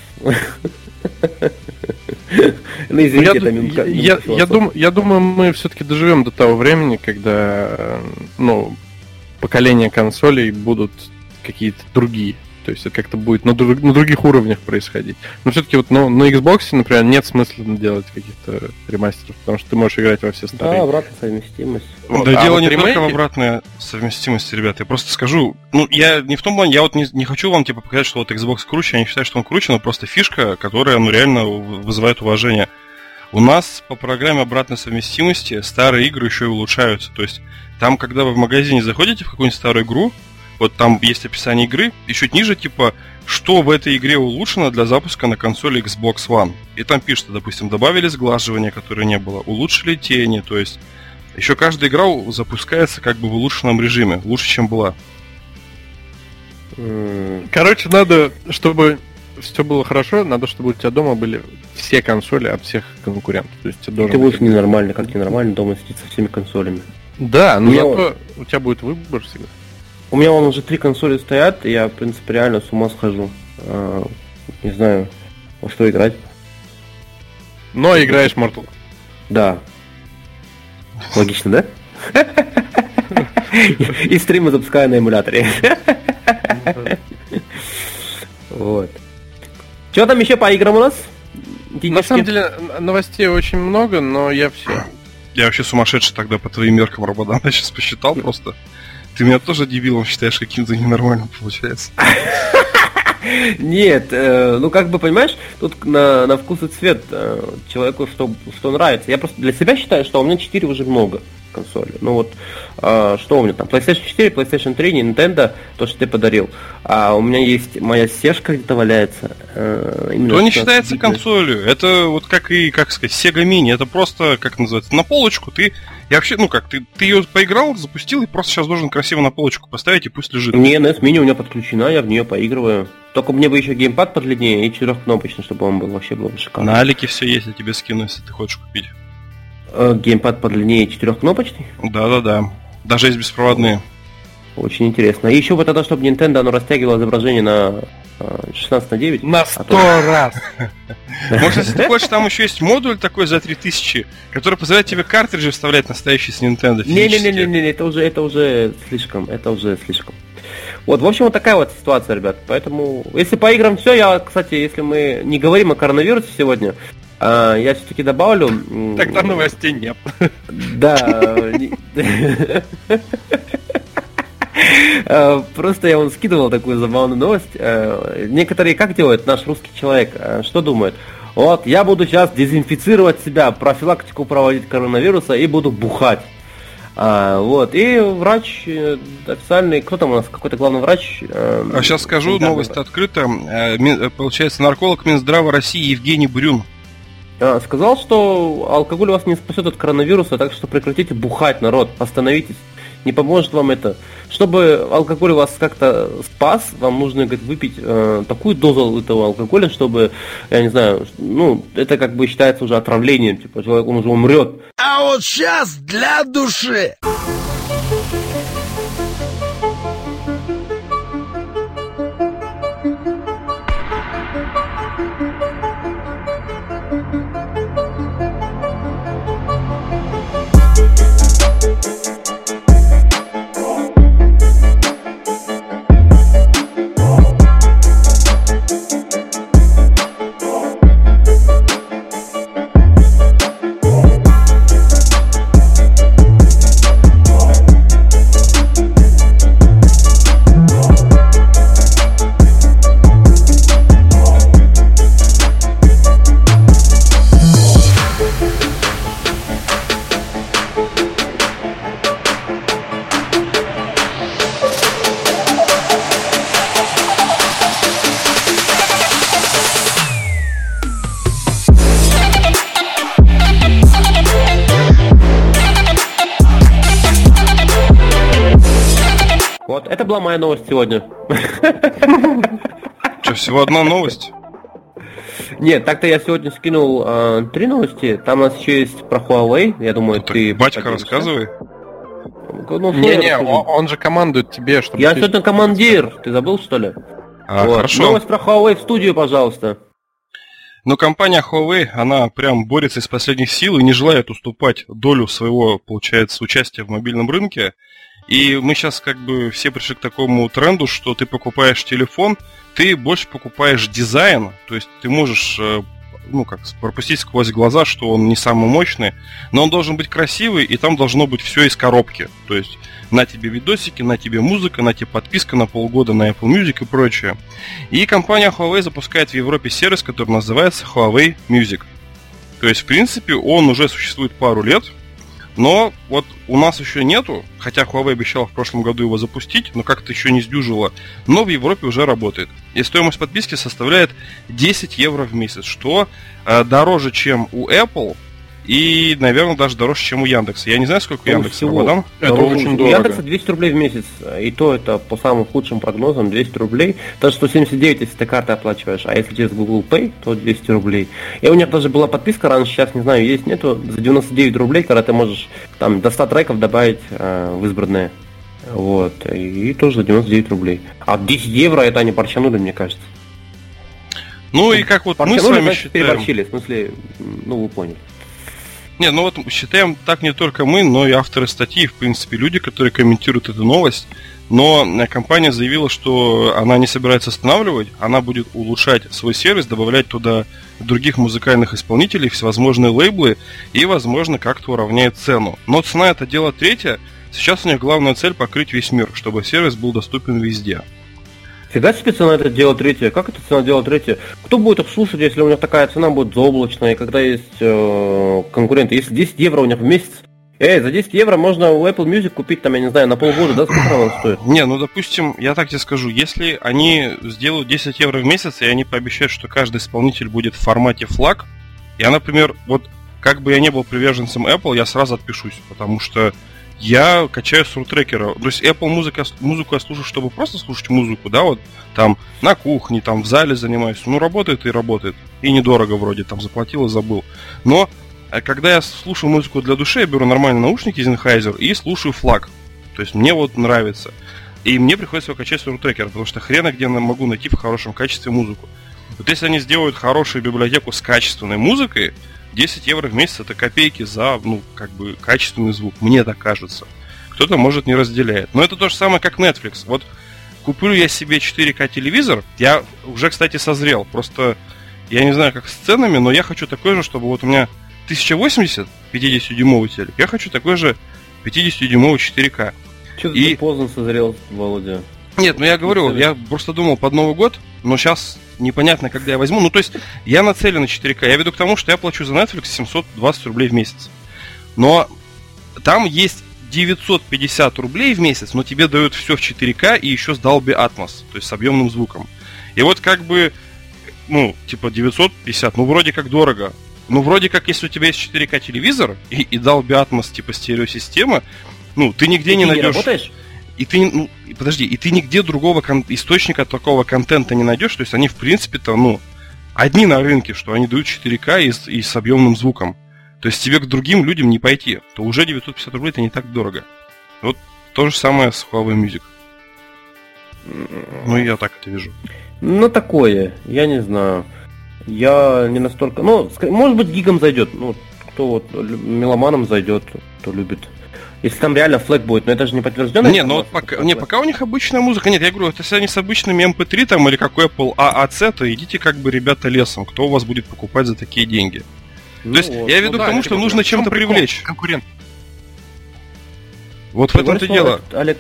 Извините, я думаю, мы все-таки доживем до того времени, когда поколения консолей будут какие-то другие. То есть это как-то будет на других уровнях происходить. Но все-таки на Xbox, например, нет смысла делать каких-то ремастеров, потому что ты можешь играть во все старые. Да, обратная совместимость. Дело не только в обратной совместимости, ребята. Я просто скажу, я не в том плане, я не хочу вам показать, что Xbox круче, я не считаю, что он круче, но просто фишка, которая реально вызывает уважение. У нас по программе обратной совместимости старые игры еще и улучшаются. То есть там, когда вы в магазине заходите в какую-нибудь старую игру, вот там есть описание игры, и чуть ниже, что в этой игре улучшено для запуска на консоли Xbox One. И там пишется, допустим, добавили сглаживание, которое не было, улучшили тени, то есть еще каждая игра запускается в улучшенном режиме, лучше, чем была. Короче, надо, чтобы все было хорошо, надо, чтобы у тебя дома были все консоли от всех конкурентов. То есть ты будешь ненормально, как ненормально дома сидеть со всеми консолями. Да, но зато у тебя будет выбор всегда. У меня вон уже 3 консоли стоят, и я, в принципе, реально с ума схожу. Не знаю, во что играть. Но играешь в Mortal. Да. Логично, да? И стримы запускаю на эмуляторе. Вот. Что там еще по играм у нас? На самом деле, новостей очень много, но я все. Я вообще сумасшедший тогда по твоим меркам, Рабадан. Я сейчас посчитал просто. Ты меня тоже дебилом считаешь каким-то ненормальным, получается. Нет, ну как бы, понимаешь, тут на вкус и цвет человеку что нравится. Я просто для себя считаю, что у меня 4 уже много консоли. Ну вот, что у меня там? PlayStation 4, PlayStation 3, Nintendo, то, что ты подарил. А у меня есть моя сешка где-то валяется. То не считается консолью. Это вот как сказать, Sega Mini. Это просто, как называется, на полочку ты... Я вообще, ну как, ты ее поиграл, запустил, и просто сейчас должен красиво на полочку поставить, и пусть лежит. Не, NES Mini у меня подключена, я в нее поигрываю. Только мне бы еще геймпад подлиннее и 4-кнопочный, чтобы он был вообще было бы шикарно. На Алике все есть, я тебе скину, если ты хочешь купить. Геймпад подлиннее и 4-кнопочный? Да. Даже есть беспроводные. Очень интересно. И еще бы тогда, чтобы Nintendo оно растягивало изображение на 16:9. На 100 раз! Может, если ты хочешь, там еще есть модуль такой за 3000, который позволяет тебе картриджи вставлять настоящие с Nintendo. Не, это уже слишком. Вот, в общем, вот такая вот ситуация, ребят. Поэтому, если по играм все, я, кстати, если мы не говорим о коронавирусе сегодня, я все-таки добавлю... Тогда новостей нет. Да. Просто я вам скидывал такую забавную новость. Некоторые как делают наш русский человек? Что думает? Вот, я буду сейчас дезинфицировать себя, профилактику проводить коронавируса и буду бухать. Вот, и врач официальный, кто там у нас, какой-то главный врач? А сейчас скажу, новость открыта. Получается, нарколог Минздрава России Евгений Брюн сказал, что алкоголь вас не спасет от коронавируса, так что прекратите бухать, народ, остановитесь. Не поможет вам это. Чтобы алкоголь вас как-то спас, вам нужно, говорит, выпить такую дозу этого алкоголя, чтобы, я не знаю, ну, это как бы считается уже отравлением, типа, человек, он уже умрет. А вот сейчас для души! Вот, это была моя новость сегодня. Что, всего одна новость? Нет, так-то я сегодня скинул 3 новости. Там у нас еще есть про Huawei. Я думаю, Ну, ты... батька, поделишься. рассказывай. Ну, Не, расскажи. он же командует тебе, чтобы... Я ты- сегодня командир. Ты забыл, что ли? Вот. Хорошо. Новость про Huawei в студию, пожалуйста. Но компания Huawei, она прям борется из последних сил и не желает уступать долю своего, получается, участия в мобильном рынке. И мы сейчас как бы все пришли к такому тренду, что ты покупаешь телефон, ты больше покупаешь дизайн, то есть ты можешь, ну как, пропустить сквозь глаза, что он не самый мощный, но он должен быть красивый, и там должно быть все из коробки. То есть на тебе видосики, на тебе музыка, на тебе подписка на полгода на Apple Music и прочее. И компания Huawei запускает в Европе сервис, который называется Huawei Music. То есть, в принципе, он уже существует пару лет, но вот у нас еще нету, хотя Huawei обещал в прошлом году его запустить, но как-то еще не сдюжило, но в Европе уже работает. И стоимость подписки составляет 10 евро в месяц, что дороже, чем у Apple, И, наверное, даже дороже, чем у Яндекса. Я не знаю, сколько у Яндекса, Рабадан. Это очень У дорого. Яндекса 200 рублей в месяц. И то это по самым худшим прогнозам 200 рублей. Даже 179, если ты картой оплачиваешь. А если через Google Pay, то 200 рублей. И у них даже была подписка раньше, сейчас не знаю, есть, нету. За 99 рублей, когда ты можешь там до 100 треков добавить в избранное. Вот. И тоже за 99 рублей. А 10 евро это они порчанули, мне кажется. Ну и как вот мы с вами значит, считаем... переборщили. В смысле, ну вы поняли. Не, ну вот считаем так не только мы, но и авторы статьи, в принципе, люди, которые комментируют эту новость. Но компания заявила, что она не собирается останавливать, она будет улучшать свой сервис, добавлять туда других музыкальных исполнителей, всевозможные лейблы и, возможно, как-то уравняет цену. Но цена — это дело третье. Сейчас у них главная цель — покрыть весь мир, чтобы сервис был доступен везде. Фига себе цена это дело третье. Как это цена дело третье? Кто будет их слушать, если у них такая цена будет заоблачная, и когда есть конкуренты? Если 10 евро у них в месяц, за 10 евро можно у Apple Music купить, там, я не знаю, на полгода, да, сколько она стоит? Не, ну, допустим, я так тебе скажу, если они сделают 10 евро в месяц, и они пообещают, что каждый исполнитель будет в формате флаг, я, например, вот, как бы я не был приверженцем Apple, я сразу отпишусь, потому что я качаю с руртрекера. То есть Apple музыку я слушаю, чтобы просто слушать музыку, да, вот там на кухне, там в зале занимаюсь. Ну, работает и работает. И недорого вроде, там заплатил и забыл. Но когда я слушаю музыку для души, я беру нормальные наушники Sennheiser и слушаю флаг. То есть мне вот нравится. И мне приходится его качать с руртрекера, потому что хрена где я могу найти в хорошем качестве музыку. Вот если они сделают хорошую библиотеку с качественной музыкой, 10 евро в месяц — это копейки за, ну, как бы, качественный звук. Мне так кажется. Кто-то, может, не разделяет. Но это то же самое, как Netflix. Вот куплю я себе 4К телевизор, я уже, кстати, созрел. Просто я не знаю, как с ценами, но я хочу такой же, чтобы вот у меня 1080, 50-дюймовый телек, я хочу такой же 50-дюймовый 4К. Что ты поздно созрел, Володя? Нет, ну я говорю, я просто думал под Новый год, но сейчас непонятно, когда я возьму. Ну, то есть, я нацелен на 4К. Я веду к тому, что я плачу за Netflix 720 рублей в месяц. Но там есть 950 рублей в месяц, но тебе дают все в 4К и еще с Dolby Atmos, то есть с объемным звуком. И вот как бы, ну, типа 950, ну, вроде как дорого. Ну, вроде как, если у тебя есть 4К телевизор и Dolby Atmos, типа стереосистема, ну, ты нигде не найдешь... не работаешь? И ты, ну, подожди, и ты нигде другого источника такого контента не найдешь. То есть они, в принципе-то, ну, одни на рынке, что они дают 4К и с объемным звуком. То есть тебе к другим людям не пойти. То уже 950 рублей это не так дорого. Вот то же самое с Huawei Music. Ну, я так это вижу. Ну, такое, я не знаю. Я не настолько... Ну, может быть, гигам зайдет. Ну, кто вот меломанам зайдет, кто любит. Если там реально флэг будет, но это же не подтверждено. Не, ну вот пока у них обычная музыка. Нет, я говорю, если они с обычными MP3 там или как у Apple AAC, то идите как бы, ребята, лесом. Кто у вас будет покупать за такие деньги? Ну, то есть вот, я веду к тому, что нужно чем-то привлечь. Конкурент. Вот в этом-то дело. Олег.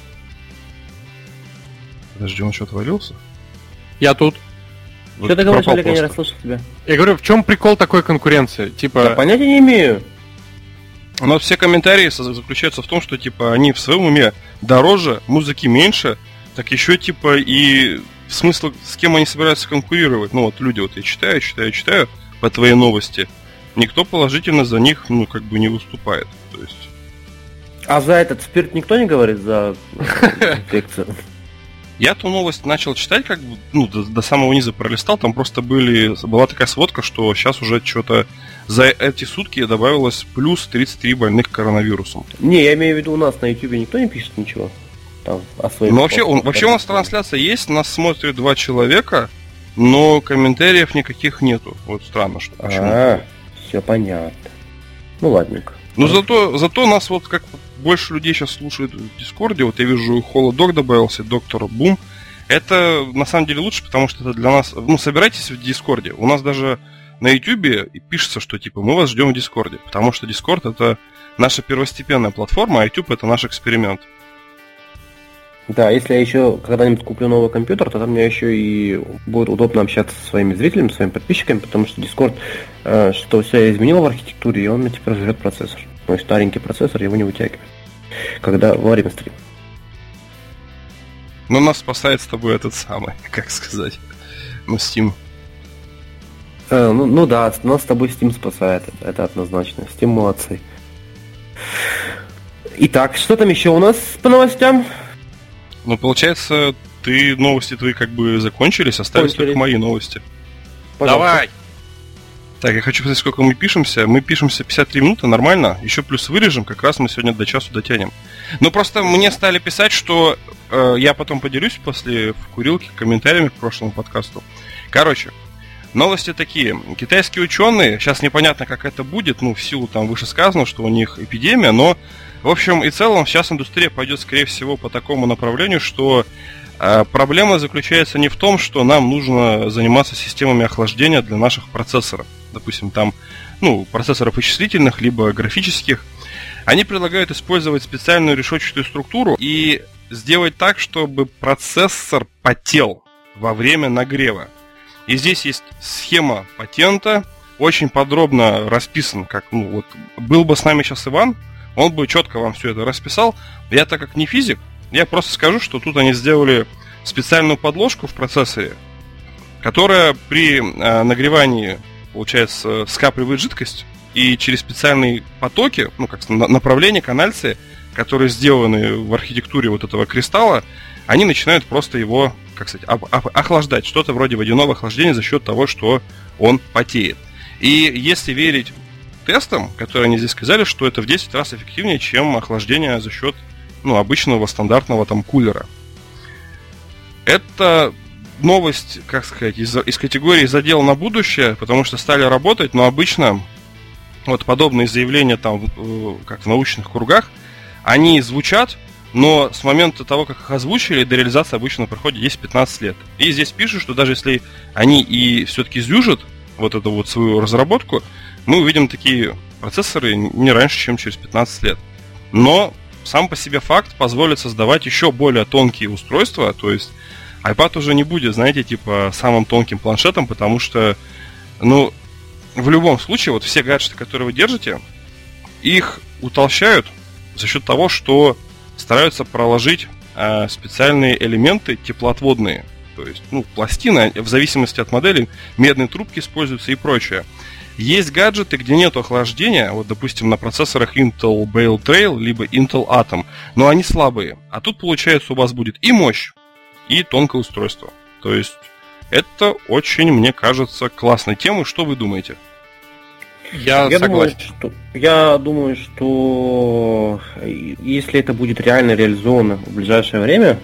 Подожди, он что, отвалился? Я тут. Что ты говоришь, Олег, я не расслышал тебя. Я говорю, в чем прикол такой конкуренции? Типа... Я понятия не имею. У нас все комментарии заключаются в том, что типа они в своем уме дороже, музыки меньше, так еще типа и смысл, с кем они собираются конкурировать. Ну вот люди, вот я читаю по твоей новости, никто положительно за них, ну, как бы не выступает. То есть... А за этот спирт никто не говорит, за инфекцию? Я ту новость начал читать, как бы, ну, до самого низа пролистал, там просто была такая сводка, что сейчас уже что-то за эти сутки добавилось плюс 33 больных коронавирусом. Не, я имею в виду, у нас на Ютубе никто не пишет ничего там о своих... Ну, вообще у нас трансляция есть, нас смотрит 2 человека, но комментариев никаких нету. Вот странно, что почему. Все понятно. Ну, ладненько. Ну, зато нас вот как больше людей сейчас слушают в Дискорде. Вот я вижу, Холодок добавился, Доктор Бум. Это на самом деле лучше, потому что это для нас... Ну, собирайтесь в Дискорде. У нас даже на Ютубе пишется, что типа мы вас ждем в Дискорде. Потому что Дискорд это наша первостепенная платформа, а YouTube это наш эксперимент. Да, если я еще когда-нибудь куплю новый компьютер, то там мне еще и будет удобно общаться со своими зрителями, своими подписчиками, потому что Discord что все изменило в архитектуре, и он мне теперь жрет процессор. Мой старенький процессор его не вытягивает, когда во время стрима. Но нас спасает с тобой этот самый, как сказать, ну, Steam. Ну да, нас с тобой Steam спасает, это однозначно. Steam молодцы. Итак, что там еще у нас по новостям? Ну, получается, новости твои как бы закончились, остались только мои новости. Пожалуйста. Давай! Так, я хочу сказать, сколько мы пишемся. Мы пишемся 53 минуты, нормально. Еще плюс вырежем, как раз мы сегодня до часу дотянем. Ну, просто мне стали писать, что я потом поделюсь после в курилке комментариями к прошлому подкасту. Короче, новости такие. Китайские ученые, сейчас непонятно, как это будет, в силу там выше сказано, что у них эпидемия, но, в общем и целом, сейчас индустрия пойдет, скорее всего, по такому направлению, что проблема заключается не в том, что нам нужно заниматься системами охлаждения для наших процессоров. Допустим, там, процессоров вычислительных, либо графических. Они предлагают использовать специальную решетчатую структуру и сделать так, чтобы процессор потел во время нагрева. И здесь есть схема патента, очень подробно расписан, как, был бы с нами сейчас Иван, он бы четко вам все это расписал. Я, так как не физик, я просто скажу, что тут они сделали специальную подложку в процессоре, которая при нагревании, получается, скапливает жидкость, и через специальные потоки, направления, канальцы, которые сделаны в архитектуре вот этого кристалла, они начинают просто его, охлаждать. Что-то вроде водяного охлаждения за счет того, что он потеет. И если верить тестам, которые они здесь сказали, что это в 10 раз эффективнее, чем охлаждение за счет обычного стандартного кулера. Это новость, из категории задел на будущее, потому что стали работать, но обычно подобные заявления как в научных кругах, они звучат, но с момента того, как их озвучили, до реализации обычно проходит 10-15 лет. И здесь пишут, что даже если они и все-таки сдвижут эту свою разработку, мы увидим такие процессоры не раньше, чем через 15 лет. Но сам по себе факт позволит создавать еще более тонкие устройства, то есть iPad уже не будет, самым тонким планшетом, потому что, в любом случае, все гаджеты, которые вы держите, их утолщают за счет того, что стараются проложить специальные элементы теплоотводные. То есть, пластины, в зависимости от модели, медные трубки используются и прочее. Есть гаджеты, где нет охлаждения, допустим, на процессорах Intel Bale Trail, либо Intel Atom, но они слабые. А тут, получается, у вас будет и мощь, и тонкое устройство. То есть, это очень, мне кажется, классной темой. Что вы думаете? Я согласен. Думаю, что если это будет реально реализовано в ближайшее время,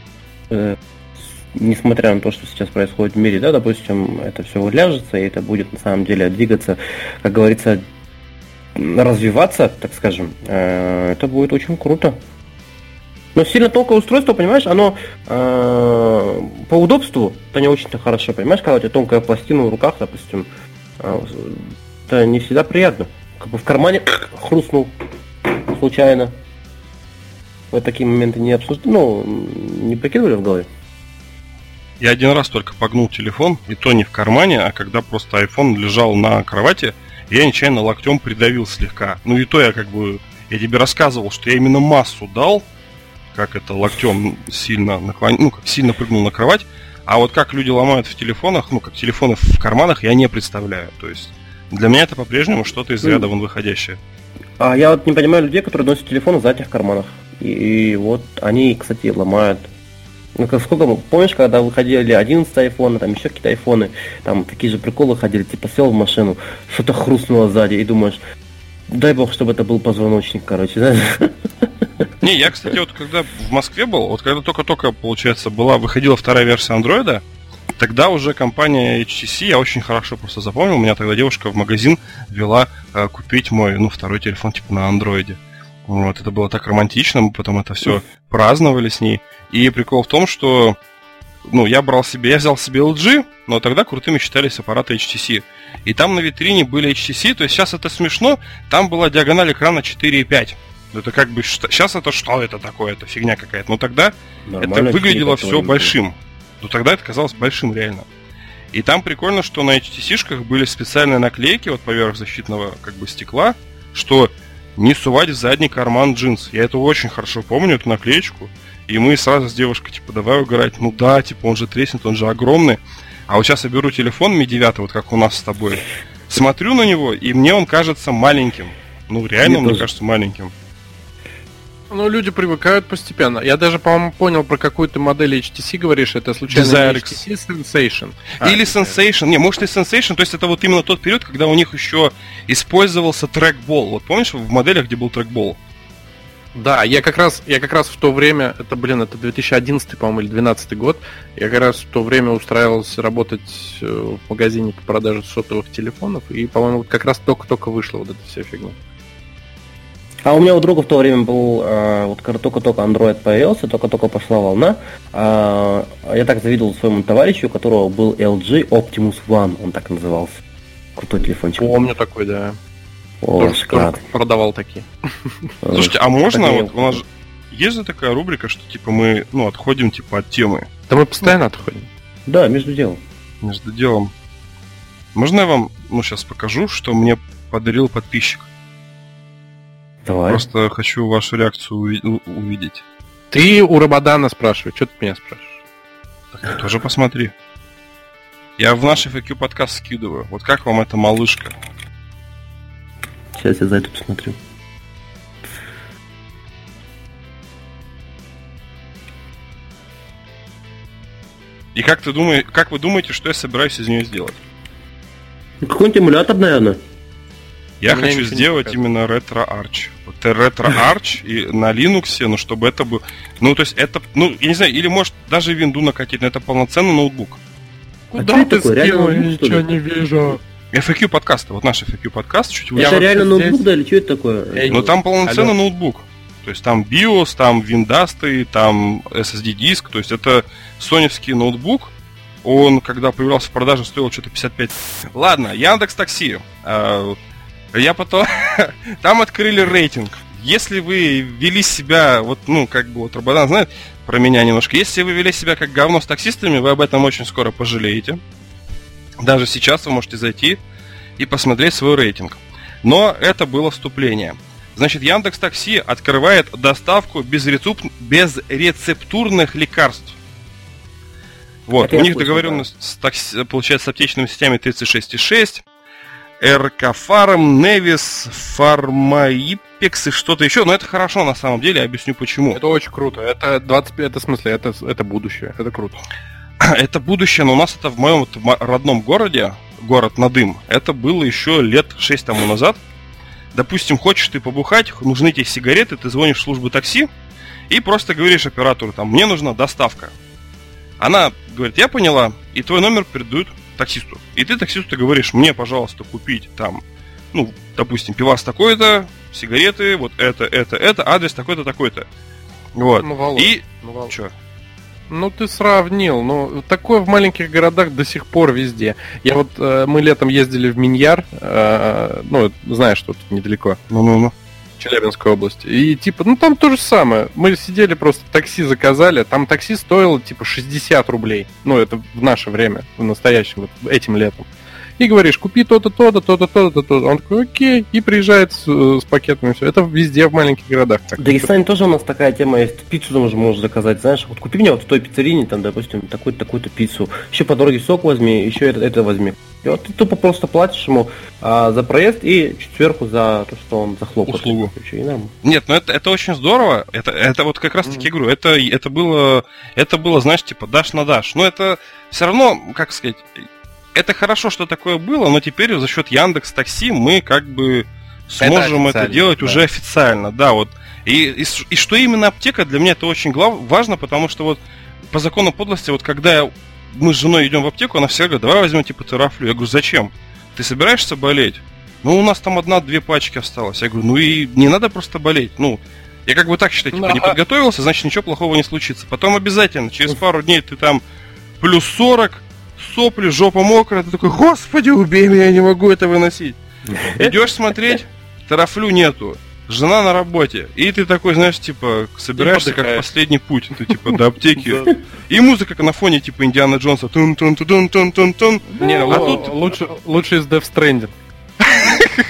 несмотря на то, что сейчас происходит в мире, допустим, это все уляжется, и это будет на самом деле двигаться, как говорится, развиваться, так скажем, это будет очень круто. Но сильно тонкое устройство, понимаешь, оно по удобству это не очень-то хорошо, понимаешь, когда у тебя тонкая пластина в руках, допустим, это не всегда приятно. В кармане хрустнул случайно. Вот такие моменты не не прикидывали в голове? Я один раз только погнул телефон, и то не в кармане, а когда просто iPhone лежал на кровати, я нечаянно локтем придавил слегка. И то я я тебе рассказывал, что я именно массу дал, как это локтем сильно сильно прыгнул на кровать, а как люди ломают в телефонах, как телефоны в карманах, я не представляю. То есть для меня это по-прежнему что-то из ряда вон выходящее. А я не понимаю людей, которые носят телефоны в задних карманах. И они, кстати, ломают. Помнишь, когда выходили 11 айфоны, там еще какие-то айфоны, там такие же приколы ходили, сел в машину, что-то хрустнуло сзади, и думаешь, дай бог, чтобы это был позвоночник, знаешь. Не, я, кстати, когда в Москве был, когда только-только, получается, выходила вторая версия Андроида, тогда уже компания HTC, я очень хорошо просто запомнил, у меня тогда девушка в магазин вела купить мой, второй телефон на андроиде. Это было так романтично, мы потом это все праздновали с ней. И прикол в том, что я взял себе LG, но тогда крутыми считались аппараты HTC. И там на витрине были HTC, то есть сейчас это смешно, там была диагональ экрана 4,5. Это сейчас это что это такое, это фигня какая-то. Но тогда нормально, это выглядело все большим. Но тогда это казалось большим реально. И там прикольно, что на HTC-шках были специальные наклейки поверх защитного стекла, что не сувать в задний карман джинс. Я это очень хорошо помню, эту наклеечку. И мы сразу с девушкой, типа, давай угорать. Ну да, типа, он же треснет, он же огромный. А вот сейчас я беру телефон Mi 9, вот как у нас с тобой. Смотрю на него, и мне он кажется маленьким. Ну, реально, мне кажется маленьким. Ну, люди привыкают постепенно. Я даже, по-моему, понял, про какую ты модель HTC говоришь. Это случайно не HTC Sensation? Или Sensation. Не, может и Sensation. То есть это вот именно тот период, когда у них еще использовался трекбол. Вот помнишь в моделях, где был трекбол? Да, я как раз в то время, это 2011, по-моему, или 2012 год, я как раз в то время устраивался работать в магазине по продаже сотовых телефонов, и, по-моему, как раз только-только вышла вот эта вся фигня. А у меня у друга в то время был, вот когда только-только Android появился, только-только пошла волна, я так завидовал своему товарищу, у которого был LG Optimus One, он так назывался. Крутой телефончик. Помню такой, да. О, тоже продавал такие. Слушайте, а можно, вот у нас же есть же такая рубрика, что типа мы, отходим типа от темы. Да мы постоянно отходим. Да, между делом. Между делом. Можно я вам, сейчас покажу, что мне подарил подписчик? Давай. Просто хочу вашу реакцию увидеть. Ты у Рабадана спрашивай, что ты меня спрашиваешь? Так ты тоже посмотри. Я в наш FAQ подкаст скидываю. Вот как вам эта малышка? Сейчас я зайду посмотрю. И как вы думаете, что я собираюсь из нее сделать? Какой-нибудь эмулятор, наверное. Я хочу сделать именно RetroArch. Вот RetroArch и на Linux, чтобы это был... то есть это, я не знаю, или может даже винду накатить, но это полноценный ноутбук. Куда ты скинул? Я ничего не вижу. FAQ подкасты, вот наш FAQ подкаст чуть выше. Это реально ноутбук, да, или что это такое? Ну там полноценный ноутбук. То есть там BIOS, там виндасты, там SSD-диск. То есть это соневский ноутбук. Он, когда появлялся в продаже, стоил что-то 55. Ладно, Яндекс.Такси. Я потом... Там открыли рейтинг. Если вы вели себя, Рабадан знает про меня немножко. Если вы вели себя как говно с таксистами, вы об этом очень скоро пожалеете. Даже сейчас вы можете зайти и посмотреть свой рейтинг. Но это было вступление. Значит, Яндекс.Такси открывает доставку безрецептурных лекарств. Вот, у них договоренность, получается, с аптечными сетями 36,6, РК Фарм, Невис, Фармаипекс и что-то еще. Но это хорошо на самом деле, я объясню почему. Это очень круто. Это 25, это в смысле, это будущее. Это круто. Это будущее, но у нас это в моем родном городе, город Надым, это было еще лет 6 тому назад. Допустим, хочешь ты побухать, нужны тебе сигареты, ты звонишь в службу такси и просто говоришь оператору, мне нужна доставка. Она говорит, я поняла, и твой номер передают таксисту. И ты таксисту говоришь, мне, пожалуйста, купить допустим, пивас такой-то, сигареты, вот это, адрес такой-то, такой-то. Вот. Володь. Чё? Ты сравнил. Такое в маленьких городах до сих пор везде. Мы летом ездили в Миньяр, знаешь, что тут недалеко. Челябинской области. И там то же самое. Мы сидели просто, такси заказали, там такси стоило 60 рублей. Это в наше время, в настоящем, этим летом. И говоришь, купи то-то, то-то, то-то, то-то, то-то. Он такой, окей, и приезжает с пакетами, все. Это везде в маленьких городах. В Дагестане тоже у нас такая тема есть. Пиццу можешь заказать, знаешь, вот купи мне вот в той пиццерине, допустим, такую-то пиццу. Еще по дороге сок возьми, еще это возьми. И вот ты тупо просто платишь ему за проезд и чуть сверху за то, что он захлопает. Услугу. Нет, это очень здорово. Это вот как раз таки говорю, это было, знаешь, дашь на дашь. Но это все равно, как сказать, это хорошо, что такое было, но теперь за счет Яндекс.Такси мы сможем это делать уже официально. Да, вот. И что именно аптека, для меня это очень важно, потому что по закону подлости, когда мы с женой идем в аптеку, она всегда говорит, давай возьмем терафлю. Я говорю, зачем? Ты собираешься болеть? У нас там 1-2 пачки осталось. Я говорю, и не надо просто болеть. Я так считаю, не подготовился, значит ничего плохого не случится. Потом обязательно, через пару дней ты там плюс 40, сопли, жопа мокрая, ты такой, господи, убей меня, я не могу это выносить. Идешь смотреть, терафлю нету, жена на работе, и ты такой, знаешь, собираешься как последний путь, ты до аптеки, и музыка на фоне Индиана Джонса, тун-тун-тун-тун-тун-тун. Не, а тут лучше из Death Stranding.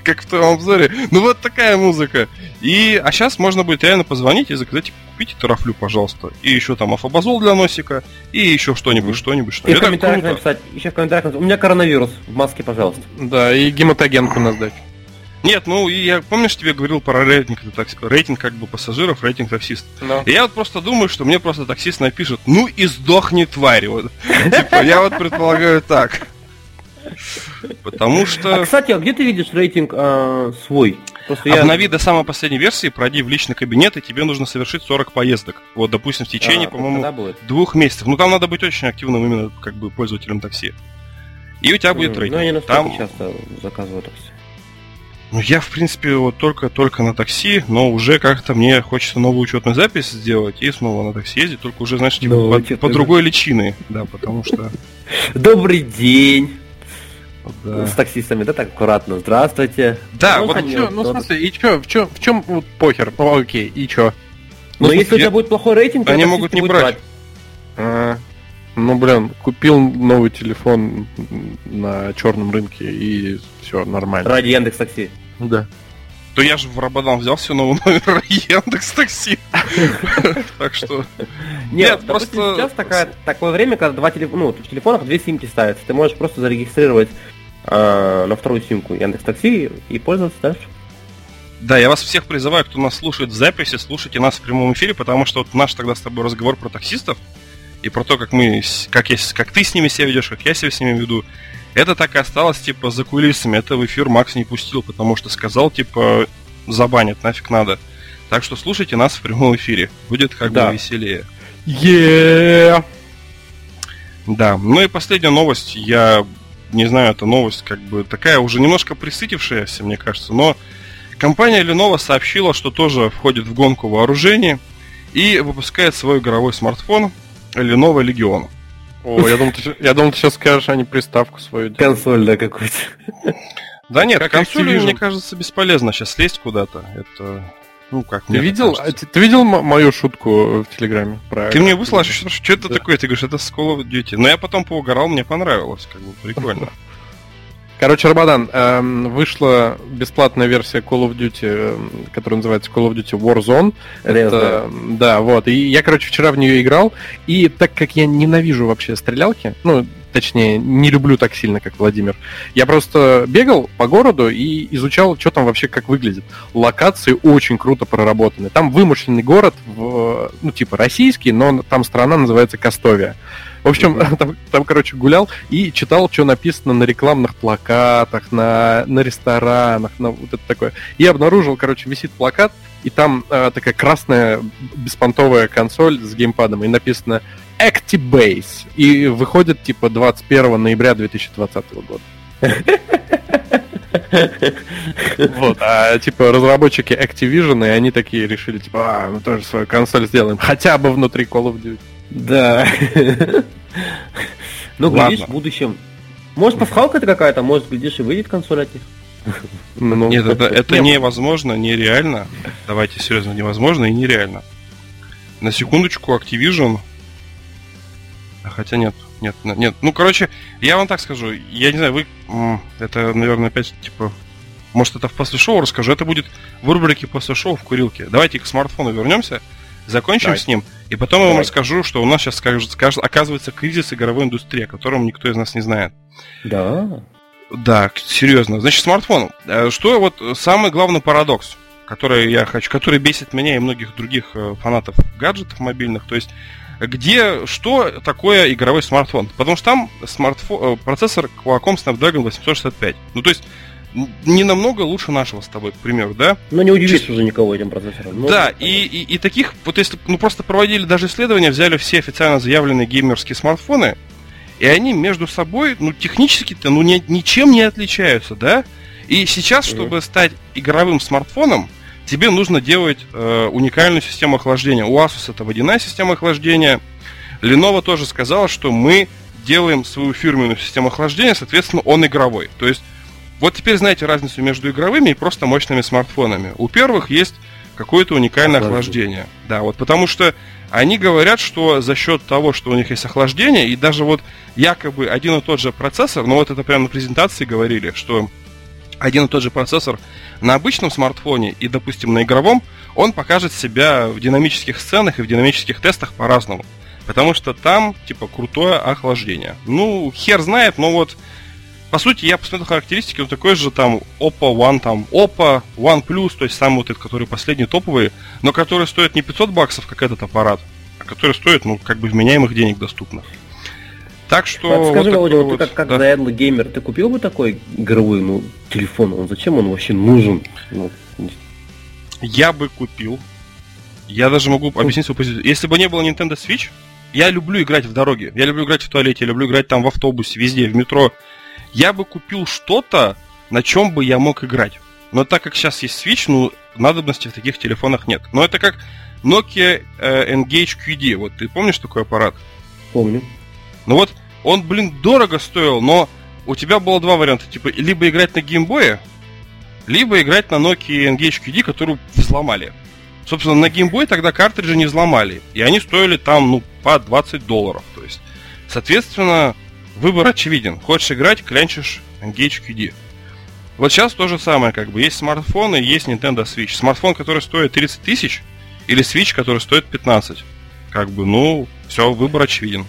как в твоем обзоре. Ну вот такая музыка. А сейчас можно будет реально позвонить и заказать, купите тарафлю, пожалуйста. И еще там афобазол для носика, и еще что-нибудь. И в комментариях написать, у меня коронавирус, в маске, пожалуйста. Да, и гематогенку на сдачу. Нет, я, помнишь, тебе говорил про рейтинг, рейтинг как бы пассажиров, рейтинг таксистов. No. И я вот просто думаю, что мне просто таксист напишет, ну и сдохни, тварь. Вот. Типа, я вот предполагаю так. Потому что... кстати, а где ты видишь рейтинг свой? Обнови до самой последней версии, пройди в личный кабинет, и тебе нужно совершить 40 поездок. Вот, допустим, в течение, по-моему, 2 месяцев. Ну, там надо быть очень активным именно как бы пользователем такси. И у тебя будет рейтинг. Ну, я не настолько часто заказываю такси. Ну, я, в принципе, вот только на такси, но уже как-то мне хочется новую учетную запись сделать и снова на такси ездить, только уже, знаешь, типа по другой личине. Да, потому что... Добрый день! Да. С таксистами, да, так аккуратно. Здравствуйте. Да, ну, вот... в смысле, и чё? В чем вот похер? О, окей, и чё? Но если у тебя будет плохой рейтинг, то они могут не брать. Ну, блин, купил новый телефон на черном рынке, и все нормально. Ради Яндекс.Такси. Да. То я же в Рабадан взял все новый номер Яндекс.Такси. Так что... Нет, просто... Сейчас такое время, когда в телефонах 2 симки ставятся. Ты можешь просто зарегистрировать на вторую симку Яндекс.Такси и пользоваться дальше. Да, я вас всех призываю, кто нас слушает в записи, слушайте нас в прямом эфире, потому что вот наш тогда с тобой разговор про таксистов и про то, как ты с ними себя ведешь, как я себя с ними веду, это так и осталось, типа, за кулисами. Это в эфир Макс не пустил, потому что сказал, типа, забанят, нафиг надо. Так что слушайте нас в прямом эфире. Будет как бы веселее. Да, ну и последняя новость. Я не знаю, это новость как бы такая уже немножко присытившаяся, мне кажется, но компания Lenovo сообщила, что тоже входит в гонку вооружений и выпускает свой игровой смартфон Lenovo Legion. О, я думал, ты сейчас скажешь, они приставку свою делают. Консоль, да, какую-то. Да нет, консоль, мне кажется, бесполезно сейчас лезть куда-то. Это, как мне кажется. Ты видел мою шутку в Телеграме? Ты мне выслал, что это такое? Ты говоришь, это с Call of Duty. Но я потом поугарал, мне понравилось, как бы, прикольно. Короче, Рабадан, вышла бесплатная версия Call of Duty, которая называется Call of Duty Warzone. Это, да, вот. И я, вчера в нее играл. И так как я ненавижу вообще стрелялки, точнее, не люблю так сильно, как Владимир, я просто бегал по городу и изучал, что там вообще как выглядит. Локации очень круто проработаны. Там вымышленный город, российский, но там страна называется Кастовия. В общем, там, гулял и читал, что написано на рекламных плакатах, на ресторанах, на вот это такое. И обнаружил, висит плакат, и там такая красная беспонтовая консоль с геймпадом, и написано Actibase. И выходит, 21 ноября 2020 года. Вот, разработчики Activision, и они такие решили, мы тоже свою консоль сделаем, хотя бы внутри Call of Duty. Да. Глядишь, в будущем. Может, пасхалка-то какая-то, может, глядишь, и выйдет консоль от них. Нет, это невозможно, нереально. Давайте серьезно, невозможно и нереально. На секундочку, Activision. Хотя нет. Я вам так скажу. Я не знаю, вы... Это, наверное, опять, может, это в после шоу расскажу. Это будет в рубрике после шоу в курилке. Давайте к смартфону вернемся. Закончим с ним, и потом я вам расскажу, что у нас сейчас оказывается кризис игровой индустрии, о котором никто из нас не знает. Да. Да, серьезно. Значит, смартфон. Что вот самый главный парадокс, который бесит меня и многих других фанатов гаджетов мобильных, то есть что такое игровой смартфон? Потому что там процессор Qualcomm Snapdragon 865. То есть не намного лучше нашего с тобой, к примеру, да? Не удивишь уже никого этим процессором. Да, и таких, вот если просто проводили даже исследования, взяли все официально заявленные геймерские смартфоны, и они между собой, технически-то, ничем не отличаются, да? И сейчас, чтобы стать игровым смартфоном, тебе нужно делать уникальную систему охлаждения. У Asus это водяная система охлаждения. Lenovo тоже сказала, что мы делаем свою фирменную систему охлаждения, соответственно, он игровой. То есть вот теперь знаете разницу между игровыми и просто мощными смартфонами. У первых есть какое-то уникальное охлаждение. Да, вот потому что они говорят, что за счет того, что у них есть охлаждение, и даже вот якобы один и тот же процессор, это прямо на презентации говорили, что один и тот же процессор на обычном смартфоне и, допустим, на игровом, он покажет себя в динамических сценах и в динамических тестах по-разному. Потому что там, типа, крутое охлаждение. Ну, хер знает, но вот, по сути, я посмотрел характеристики, он такой же там Oppo One, там Oppo One Plus, то есть самый вот этот, который последний топовый, но который стоит не $500, как этот аппарат, а который стоит, ну, как бы вменяемых денег доступных. Так что... Скажи, вот Володя, вот вот, ты как да. заядлый геймер, ты купил бы такой игровой, телефон? Зачем он вообще нужен? Я бы купил. Я даже могу объяснить свою позицию. Если бы не было Nintendo Switch, я люблю играть в дороге, я люблю играть в туалете, я люблю играть там в автобусе, везде, в метро. Я бы купил что-то, на чем бы я мог играть. Но так как сейчас есть Switch, надобности в таких телефонах нет. Но это как Nokia Engage QD. Вот ты помнишь такой аппарат? Помню. Ну вот, он, дорого стоил, но у тебя было два варианта. Типа, либо играть на геймбое, либо играть на Nokia Engage QD, которую взломали. Собственно, на геймбой тогда картриджи не взломали. И они стоили там, по $20. То есть, соответственно, выбор очевиден. Хочешь играть, клянчишь Engage QD. Вот сейчас то же самое, как бы. Есть смартфоны, есть Nintendo Switch. Смартфон, который стоит 30 тысяч, или Switch, который стоит 15. Как бы, все, выбор очевиден.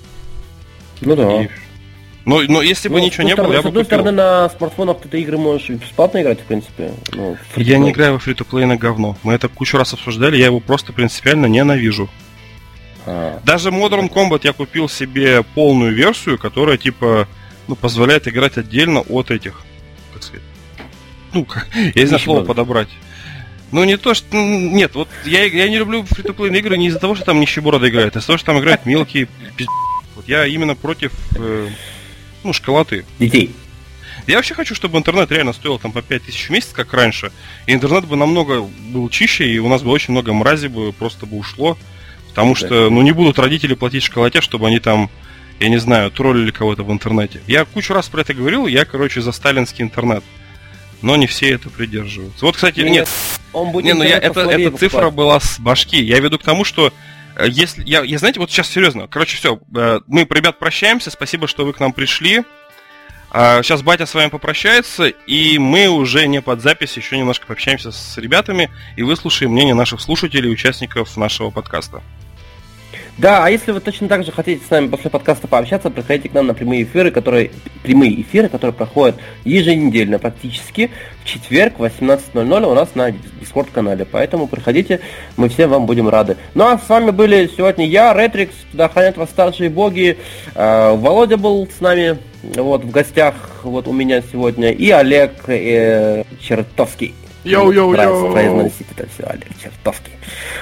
Ну да. Но если бы ничего не было, я бы С одной купил. стороны, на смартфонах ты игры можешь бесплатно играть, в принципе. Я не играю во фри-то-плей на говно. Мы это кучу раз обсуждали, я его просто принципиально ненавижу. Даже Modern Combat я купил себе полную версию, которая, типа, позволяет играть отдельно от этих, как сказать, я не знаю слово подобрать. Не то, что... Нет, вот я не люблю фри-то-плейные игры не из-за того, что там нищеборода играет, а из-за того, что там играют мелкие Вот я именно против, школоты. Детей. Я вообще хочу, чтобы интернет реально стоил там по 5000 в месяц, как раньше. И интернет бы намного был чище, и у нас бы очень много мрази бы просто бы ушло. Потому что, не будут родители платить школоте, чтобы они там, я не знаю, троллили кого-то в интернете. Я кучу раз про это говорил, я, за сталинский интернет. Но не все это придерживаются. Вот, кстати, нет. Эта цифра была с башки. Я веду к тому, что если я знаете, вот сейчас серьезно, все, мы, ребят, прощаемся, спасибо, что вы к нам пришли. Сейчас батя с вами попрощается, и мы уже не под запись еще немножко пообщаемся с ребятами и выслушаем мнение наших слушателей, участников нашего подкаста. Да, а если вы точно так же хотите с нами после подкаста пообщаться, приходите к нам на прямые эфиры, которые проходят еженедельно практически в четверг в 18:00 у нас на Discord-канале. Поэтому приходите, мы всем вам будем рады. Ну а с вами были сегодня я, Ретрикс, да хранят вас старшие боги, Володя был с нами в гостях у меня сегодня, и Олег Чертовский. Йоу-йоу-йоу. Произносить это все, Олег Чертовский.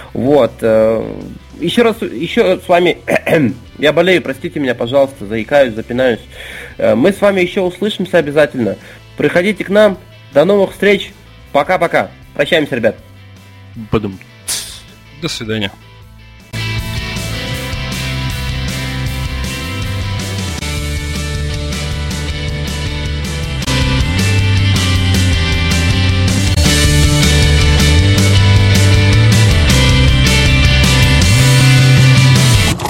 Еще с вами, я болею, простите меня, пожалуйста, заикаюсь, запинаюсь. Мы с вами еще услышимся обязательно. Приходите к нам, до новых встреч, пока-пока. Прощаемся, ребят. До свидания.